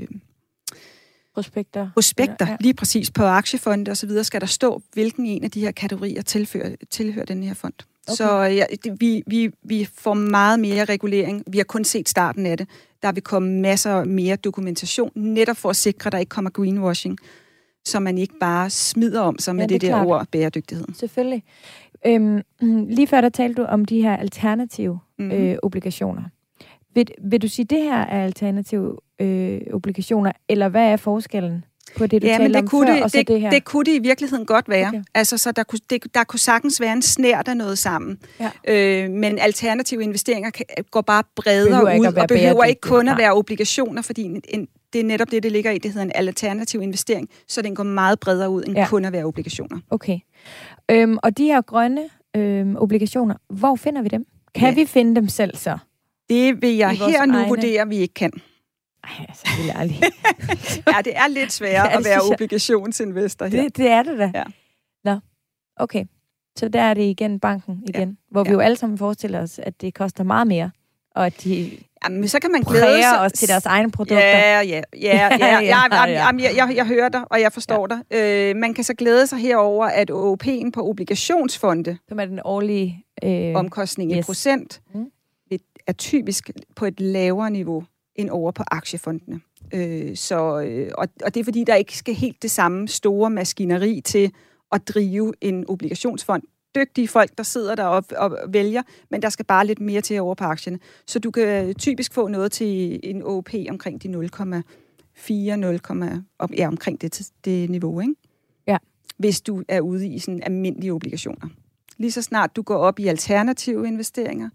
prospekter, prospekter ja. lige præcis på aktiefonde og så videre, skal der stå, hvilken en af de her kategorier tilfører, tilhører den her fond. Okay. Så ja, det, vi, vi, vi får meget mere regulering. Vi har kun set starten af det. Der vil komme masser mere dokumentation, netop for at sikre, at der ikke kommer greenwashing, så man ikke bare smider om sig med ja, det, det der klart. Ord bæredygtighed. Selvfølgelig. Øhm, lige før der talte du om de her alternative mm-hmm. øh, obligationer. Vil, vil du sige, at det her er alternative øh, obligationer, eller hvad er forskellen på det, du ja, talte det om kunne før, det, og så det, det her? det kunne det i virkeligheden godt være. Okay. Altså, så der kunne, det, der kunne sagtens være en snært af noget sammen. Ja. Øh, men alternative investeringer kan, går bare bredere ud, og behøver ikke kun at være obligationer, fordi en, en, det er netop det, det ligger i. Det hedder en alternativ investering, så den går meget bredere ud, end ja. kun at være obligationer. Okay. Øhm, og de her grønne øhm, obligationer, hvor finder vi dem? Kan ja. vi finde dem selv så? Det vil jeg her nu egne... vurdere, at vi ikke kan. Ej, altså, helt ærligt. ja, det er lidt sværere ja, at være obligationsinvestor her. Det, det er det da. Ja. Nå, okay. Så der er det igen banken igen, ja. hvor vi ja. jo alle sammen forestiller os, at det koster meget mere, og at de jamen, så kan man glæde sig os til deres egne produkter. Ja, ja, ja. ja, ja. ja, ja. Jamen, jeg, jeg, jeg hører dig, og jeg forstår ja. dig. Øh, man kan så glæde sig herover, at O P'en på obligationsfonde, som er den årlige øh, omkostning i yes. procent, mm. er typisk på et lavere niveau end over på aktiefondene. Øh, så, øh, og, og det er fordi, der ikke skal helt det samme store maskineri til at drive en obligationsfond. Dygtige folk, der sidder der og, og vælger, men der skal bare lidt mere til over på aktierne. Så du kan typisk få noget til en O P omkring de nul komma fire, nul, ja, omkring det, det niveau, ikke? Ja. Hvis du er ude i sådan almindelige obligationer. Lige så snart du går op i alternative investeringer,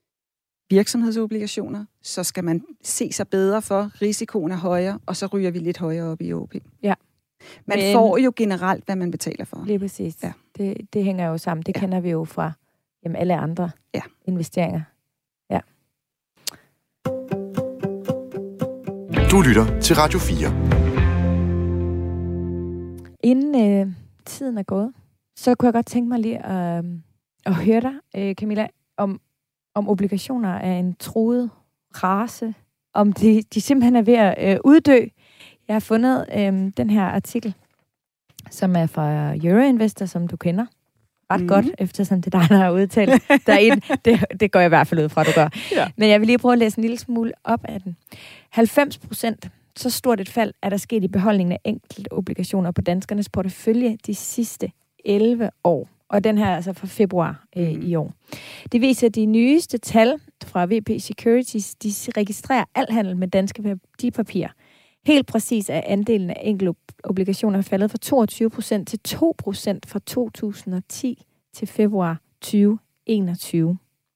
virksomhedsobligationer, så skal man se sig bedre for, risikoen er højere, og så ryger vi lidt højere op i O P. Ja. Man Men, får jo generelt, hvad man betaler for. Lige præcis. Ja. Det, det hænger jo sammen. Det ja. kender vi jo fra jamen, alle andre ja. investeringer. Ja. Du lytter til Radio fire. Inden øh, tiden er gået, så kunne jeg godt tænke mig lige at, øh, at høre dig, øh, Camilla, om, om obligationer er en truet race, om de, de simpelthen er ved at øh, uddø. Jeg har fundet øh, den her artikel, som er fra Euroinvestor, som du kender ret mm. godt, eftersom det er dig, der har udtalt derinde. Det, det går jeg i hvert fald ud fra, du gør. Ja. Men jeg vil lige prøve at læse en lille smule op af den. halvfems procent, så stort et fald, er der sket i beholdningen af enkelte obligationer på danskernes portefølje de sidste elleve år. Og den her er altså fra februar øh, mm. i år. Det viser, at de nyeste tal fra V P Securities, de registrerer al handel med danske værdipapirer. Helt præcis er andelen af enkelte obligationer faldet fra toogtyve procent til to procent fra to tusind og ti til februar tyve enogtyve.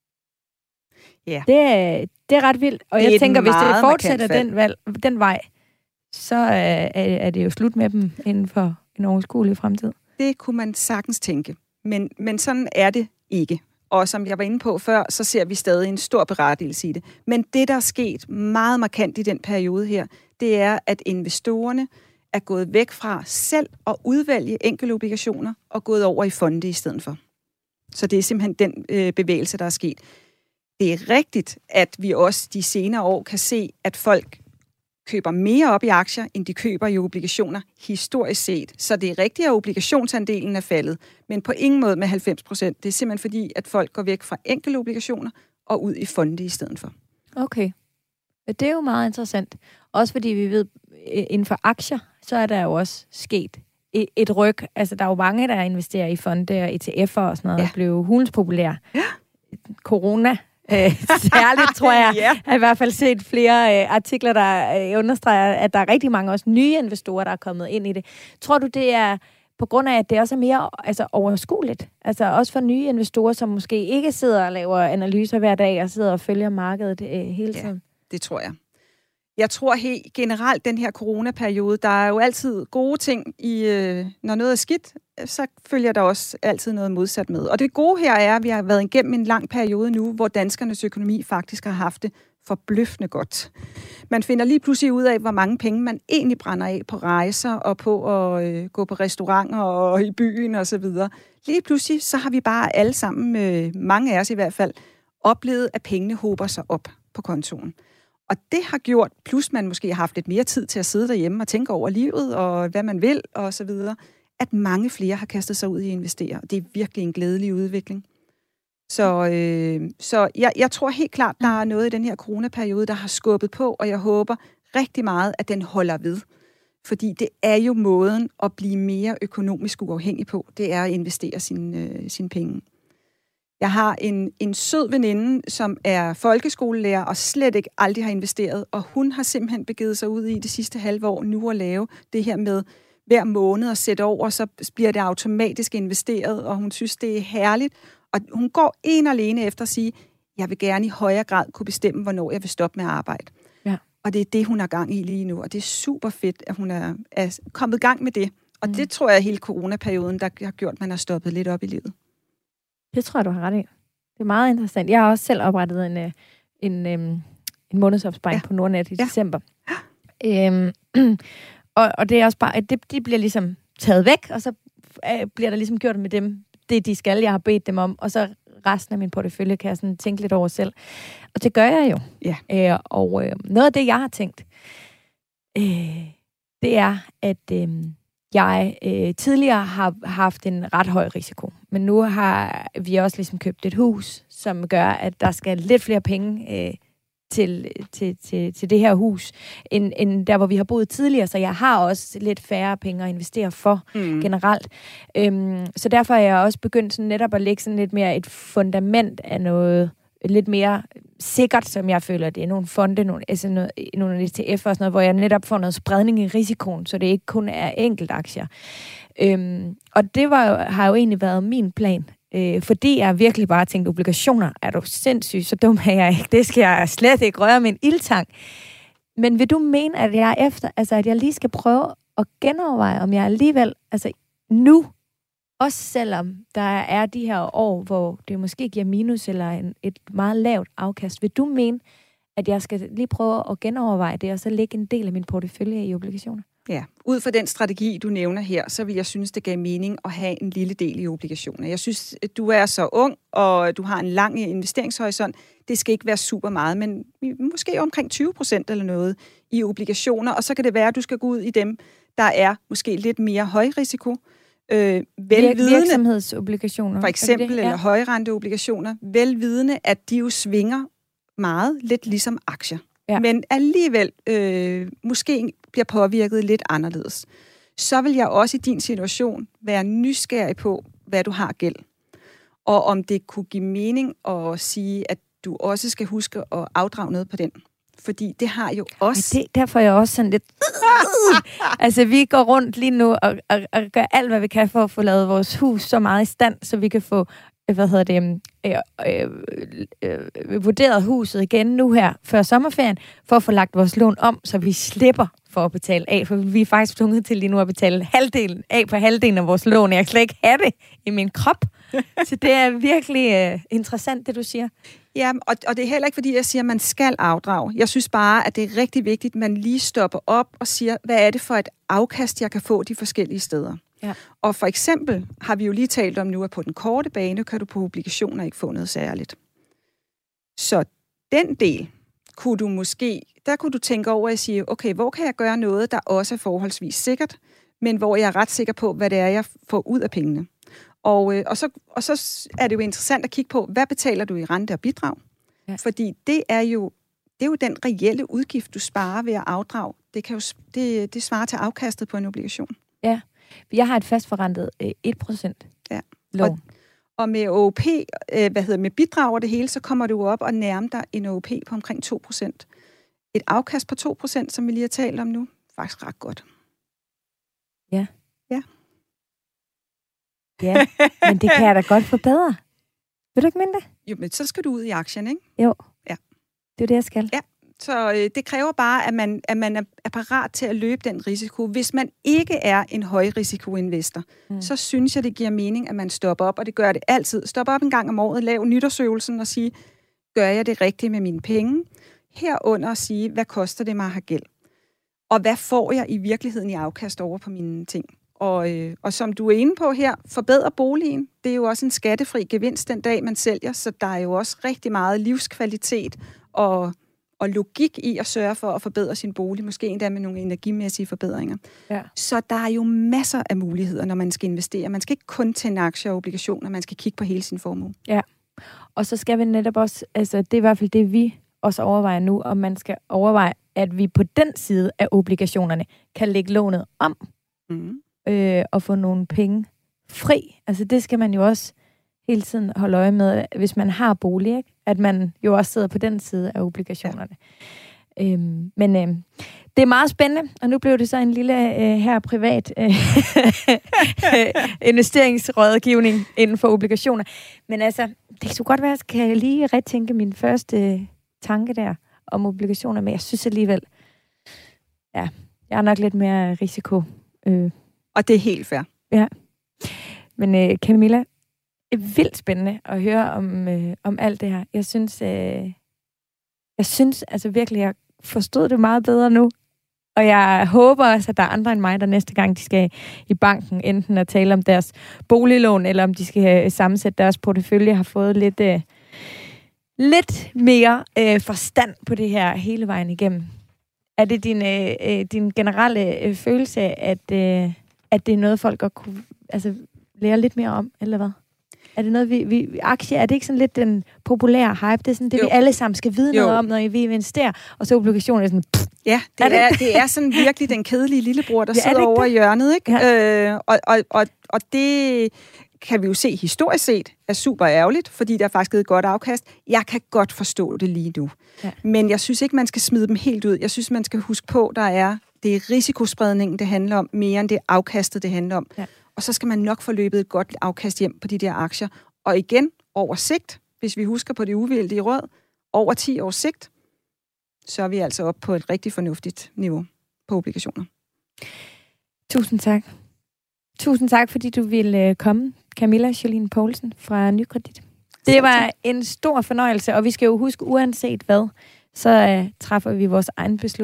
Ja. Det, er, det er ret vildt. Og jeg tænker, hvis det fortsætter den, valg, den vej, så er, er det jo slut med dem inden for en overskuelig fremtid. Det kunne man sagtens tænke. Men, men sådan er det ikke. Og som jeg var inde på før, så ser vi stadig en stor berettigelse i det. Men det, der er sket meget markant i den periode her, det er, at investorerne er gået væk fra selv at udvælge enkelte obligationer og gået over i fonde i stedet for. Så det er simpelthen den øh, bevægelse, der er sket. Det er rigtigt, at vi også de senere år kan se, at folk køber mere op i aktier, end de køber i obligationer historisk set. Så det er rigtigt, at obligationsandelen er faldet, men på ingen måde med halvfems procent. Det er simpelthen fordi, at folk går væk fra enkelte obligationer og ud i fonde i stedet for. Okay. Det er jo meget interessant. Også fordi vi ved, inden for aktier, så er der jo også sket et ryg. Altså, der er jo mange, der investerer i fonde og E T F'er og sådan noget, ja. Og blev hulens populære. Ja. Corona Øh, særligt, tror jeg. Jeg har i hvert fald set flere øh, artikler, der øh, understreger, at der er rigtig mange også nye investorer, der er kommet ind i det. Tror du, det er på grund af, at det også er mere altså, overskueligt? Altså også for nye investorer, som måske ikke sidder og laver analyser hver dag og sidder og følger markedet øh, hele tiden? Ja, det tror jeg. Jeg tror helt generelt, den her coronaperiode, der er jo altid gode ting i, øh, når noget er skidt, så følger der også altid noget modsat med. Og det gode her er, at vi har været igennem en lang periode nu, hvor danskernes økonomi faktisk har haft det forbløffende godt. Man finder lige pludselig ud af, hvor mange penge man egentlig brænder af på rejser og på at øh, gå på restauranter og i byen og så videre. Lige pludselig, så har vi bare alle sammen, øh, mange af os i hvert fald, oplevet, at pengene hober sig op på kontoen. Og det har gjort, plus man måske har haft lidt mere tid til at sidde derhjemme og tænke over livet og hvad man vil og så videre, at mange flere har kastet sig ud i at investere. Det er virkelig en glædelig udvikling. Så, øh, så jeg, jeg tror helt klart, der er noget i den her coronaperiode, der har skubbet på, og jeg håber rigtig meget, at den holder ved. Fordi det er jo måden at blive mere økonomisk uafhængig på, det er at investere sine, øh, sine penge. Jeg har en, en sød veninde, som er folkeskolelærer og slet ikke aldrig har investeret, og hun har simpelthen begivet sig ud i det sidste halve år nu at lave det her med hver måned at sætte over, så bliver det automatisk investeret, og hun synes, det er herligt. Og hun går en alene efter at sige, jeg vil gerne i højere grad kunne bestemme, hvornår jeg vil stoppe med at arbejde. Ja. Og det er det, hun har gang i lige nu, og det er super fedt, at hun er, er kommet i gang med det. Og mm. det tror jeg er hele coronaperioden, der har gjort, at man har stoppet lidt op i livet. Det tror jeg, du har ret i. Det er meget interessant. Jeg har også selv oprettet en, en, en, en månedsopsparing ja. på Nordnet i ja. december. Øhm, og, og det er også bare, det, de bliver ligesom taget væk, og så øh, bliver der ligesom gjort med dem, det de skal, jeg har bedt dem om, og så resten af min portefølje kan jeg sådan tænke lidt over selv. Og det gør jeg jo. Ja. Øh, og øh, noget af det, jeg har tænkt, øh, det er, at øh, jeg øh, tidligere har haft en ret høj risiko, men nu har vi også ligesom købt et hus, som gør, at der skal lidt flere penge øh, til, til, til, til det her hus, end, end der, hvor vi har boet tidligere, så jeg har også lidt færre penge at investere for mm. generelt. Øhm, så derfor er jeg også begyndt sådan netop at lægge sådan lidt mere et fundament af noget lidt mere sikkert, som jeg føler, det er nogle fonde, nogle, altså noget, nogle E T F'er og sådan noget, hvor jeg netop får noget spredning i risikoen, så det ikke kun er enkelt aktier. Øhm, og det var, har jo egentlig været min plan, øh, fordi jeg virkelig bare tænkte, obligationer, er du sindssyg, så dum er jeg ikke, det skal jeg slet ikke røre med en ildtang. Men vil du mene, at jeg efter, altså at jeg lige skal prøve at genoverveje, om jeg alligevel, altså nu, også selvom der er de her år, hvor det måske giver minus eller en, et meget lavt afkast, vil du mene, at jeg skal lige prøve at genoverveje det, og så lægge en del af min portefølje i obligationer? Ja, ud fra den strategi, du nævner her, så vil jeg synes, det gav mening at have en lille del i obligationer. Jeg synes, du er så ung, og du har en lang investeringshorisont. Det skal ikke være super meget, men måske omkring tyve procent eller noget i obligationer, og så kan det være, at du skal gå ud i dem, der er måske lidt mere højrisiko. Øh, velvidende, virksomhedsobligationer. For eksempel, det, ja. eller højrenteobligationer. Velvidende, at de jo svinger meget, lidt ligesom aktier. Ja. Men alligevel øh, måske bliver påvirket lidt anderledes. Så vil jeg også i din situation være nysgerrig på, hvad du har gæld. Og om det kunne give mening at sige, at du også skal huske at afdrage noget på den. Fordi det har jo også... Det, derfor er jeg også sådan lidt... altså, vi går rundt lige nu og, og, og gør alt, hvad vi kan for at få lavet vores hus så meget i stand, så vi kan få, hvad hedder det, øh, øh, øh, øh, vurderet huset igen nu her før sommerferien, for at få lagt vores lån om, så vi slipper for at betale af. For vi er faktisk tvunget til lige nu at betale halvdelen af på halvdelen af vores lån. Jeg kan slet ikke have det i min krop. Så det er virkelig øh, interessant, det du siger. Ja, og, og det er heller ikke, fordi jeg siger, at man skal afdrage. Jeg synes bare, at det er rigtig vigtigt, at man lige stopper op og siger, hvad er det for et afkast, jeg kan få de forskellige steder. Ja. Og for eksempel har vi jo lige talt om nu, at på den korte bane kan du på obligationer ikke få noget særligt. Så den del kunne du måske, der kunne du tænke over at sige, okay, hvor kan jeg gøre noget, der også er forholdsvis sikkert, men hvor jeg er ret sikker på, hvad det er, jeg får ud af pengene. Og, øh, og, så, og så er det jo interessant at kigge på, hvad betaler du i rente og bidrag? Ja. Fordi det er jo det er jo den reelle udgift, du sparer ved at afdrage. Det, kan jo, det, det svarer til afkastet på en obligation. Ja, jeg har et fastforrentet øh, et procent ja. lån. Og, og med O O P, øh, hvad hedder med bidrag og det hele, så kommer du op og nærmer dig en O O P på omkring to procent. Et afkast på to procent, som vi lige har talt om nu, faktisk ret godt. Ja. Ja. Ja, men det kan jeg da godt forbedre. Vil du ikke mene det? Jo, men så skal du ud i aktien, ikke? Jo. Ja. Det er det, jeg skal. Ja, så øh, det kræver bare, at man, at man er parat til at løbe den risiko. Hvis man ikke er en højrisikoinvestor, mm. så synes jeg, det giver mening, at man stopper op, og det gør det altid. Stop op en gang om året, lav nytårsøvelsen og sige, gør jeg det rigtigt med mine penge? Herunder at sige, hvad koster det mig at have gæld? Og hvad får jeg i virkeligheden i afkast over på mine ting? Og, øh, og som du er inde på her, forbedre boligen. Det er jo også en skattefri gevinst den dag, man sælger, så der er jo også rigtig meget livskvalitet og, og logik i at sørge for at forbedre sin bolig, måske endda med nogle energimæssige forbedringer. Ja. Så der er jo masser af muligheder, når man skal investere. Man skal ikke kun tænde aktier og obligationer, man skal kigge på hele sin formue. Ja, og så skal vi netop også, altså det er i hvert fald det, vi også overvejer nu, om man skal overveje, at vi på den side af obligationerne kan lægge lånet om. Mm. Øh, og få nogle penge fri. Altså det skal man jo også hele tiden holde øje med, hvis man har bolig, ikke? At man jo også sidder på den side af obligationerne. Ja. Øhm, men øh, det er meget spændende, og nu blev det så en lille øh, her privat øh, investeringsrådgivning inden for obligationer. Men altså, det kan så godt være, at jeg kan lige retænke min første øh, tanke der om obligationer, men jeg synes alligevel, ja, jeg er nok lidt mere risiko øh, og det er helt fair. Ja. Men øh, Camilla, det er vildt spændende at høre om, øh, om alt det her. Jeg synes, øh, jeg synes altså virkelig, jeg forstod det meget bedre nu. Og jeg håber også, at der er andre end mig, der næste gang, de skal i banken, enten at tale om deres boliglån, eller om de skal sammensætte deres portefølje, har fået lidt, øh, lidt mere øh, forstand på det her hele vejen igennem. Er det din, øh, din generelle øh, følelse, at... Øh, at det er noget, folk godt kunne altså, lære lidt mere om, eller hvad? Er det noget, vi, vi aktier, er det ikke sådan lidt den populære hype? Det er sådan det, jo. Vi alle sammen skal vide jo. Noget om, når vi investerer, og så obligationer er sådan... Pff, ja, det er, det? Er, det er sådan virkelig den kedelige lillebror, der ja, sidder over i hjørnet, ikke? Ja. Øh, og, og, og, og det kan vi jo se historisk set er super ærgerligt, fordi der er faktisk et godt afkast. Jeg kan godt forstå det lige nu. Ja. Men jeg synes ikke, man skal smide dem helt ud. Jeg synes, man skal huske på, der er det er risikospredningen, det handler om, mere end det afkastet, det handler om. Ja. Og så skal man nok få løbet et godt afkast hjem på de der aktier. Og igen, over sigt, hvis vi husker på det uvildige råd, over ti års sigt, så er vi altså oppe på et rigtig fornuftigt niveau på obligationer. Tusind tak. Tusind tak, fordi du ville komme, Camilla Jolene Poulsen fra Nykredit. Det var en stor fornøjelse, og vi skal jo huske, uanset hvad, så uh, træffer vi vores egne beslutninger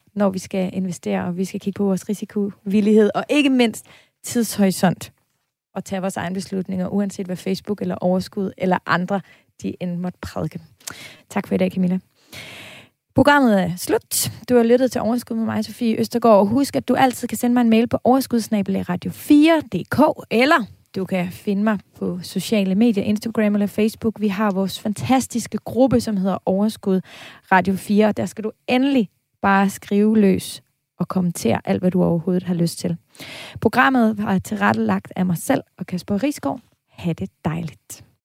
når vi skal investere, og vi skal kigge på vores risikovillighed, og ikke mindst tidshorisont, og tage vores egne beslutninger, uanset hvad Facebook eller Overskud eller andre, de end måtte prædike. Tak for i dag, Camilla. Programmet er slut. Du har lyttet til Overskud med mig, Sofie Østergaard. Og husk, at du altid kan sende mig en mail på overskud snabel-a radio fire punktum d k, eller du kan finde mig på sociale medier, Instagram eller Facebook. Vi har vores fantastiske gruppe, som hedder Overskud Radio fire, og der skal du endelig bare skrive løs og kommentere alt, hvad du overhovedet har lyst til. Programmet var tilrettelagt af mig selv og Kasper Risgaard. Ha' det dejligt.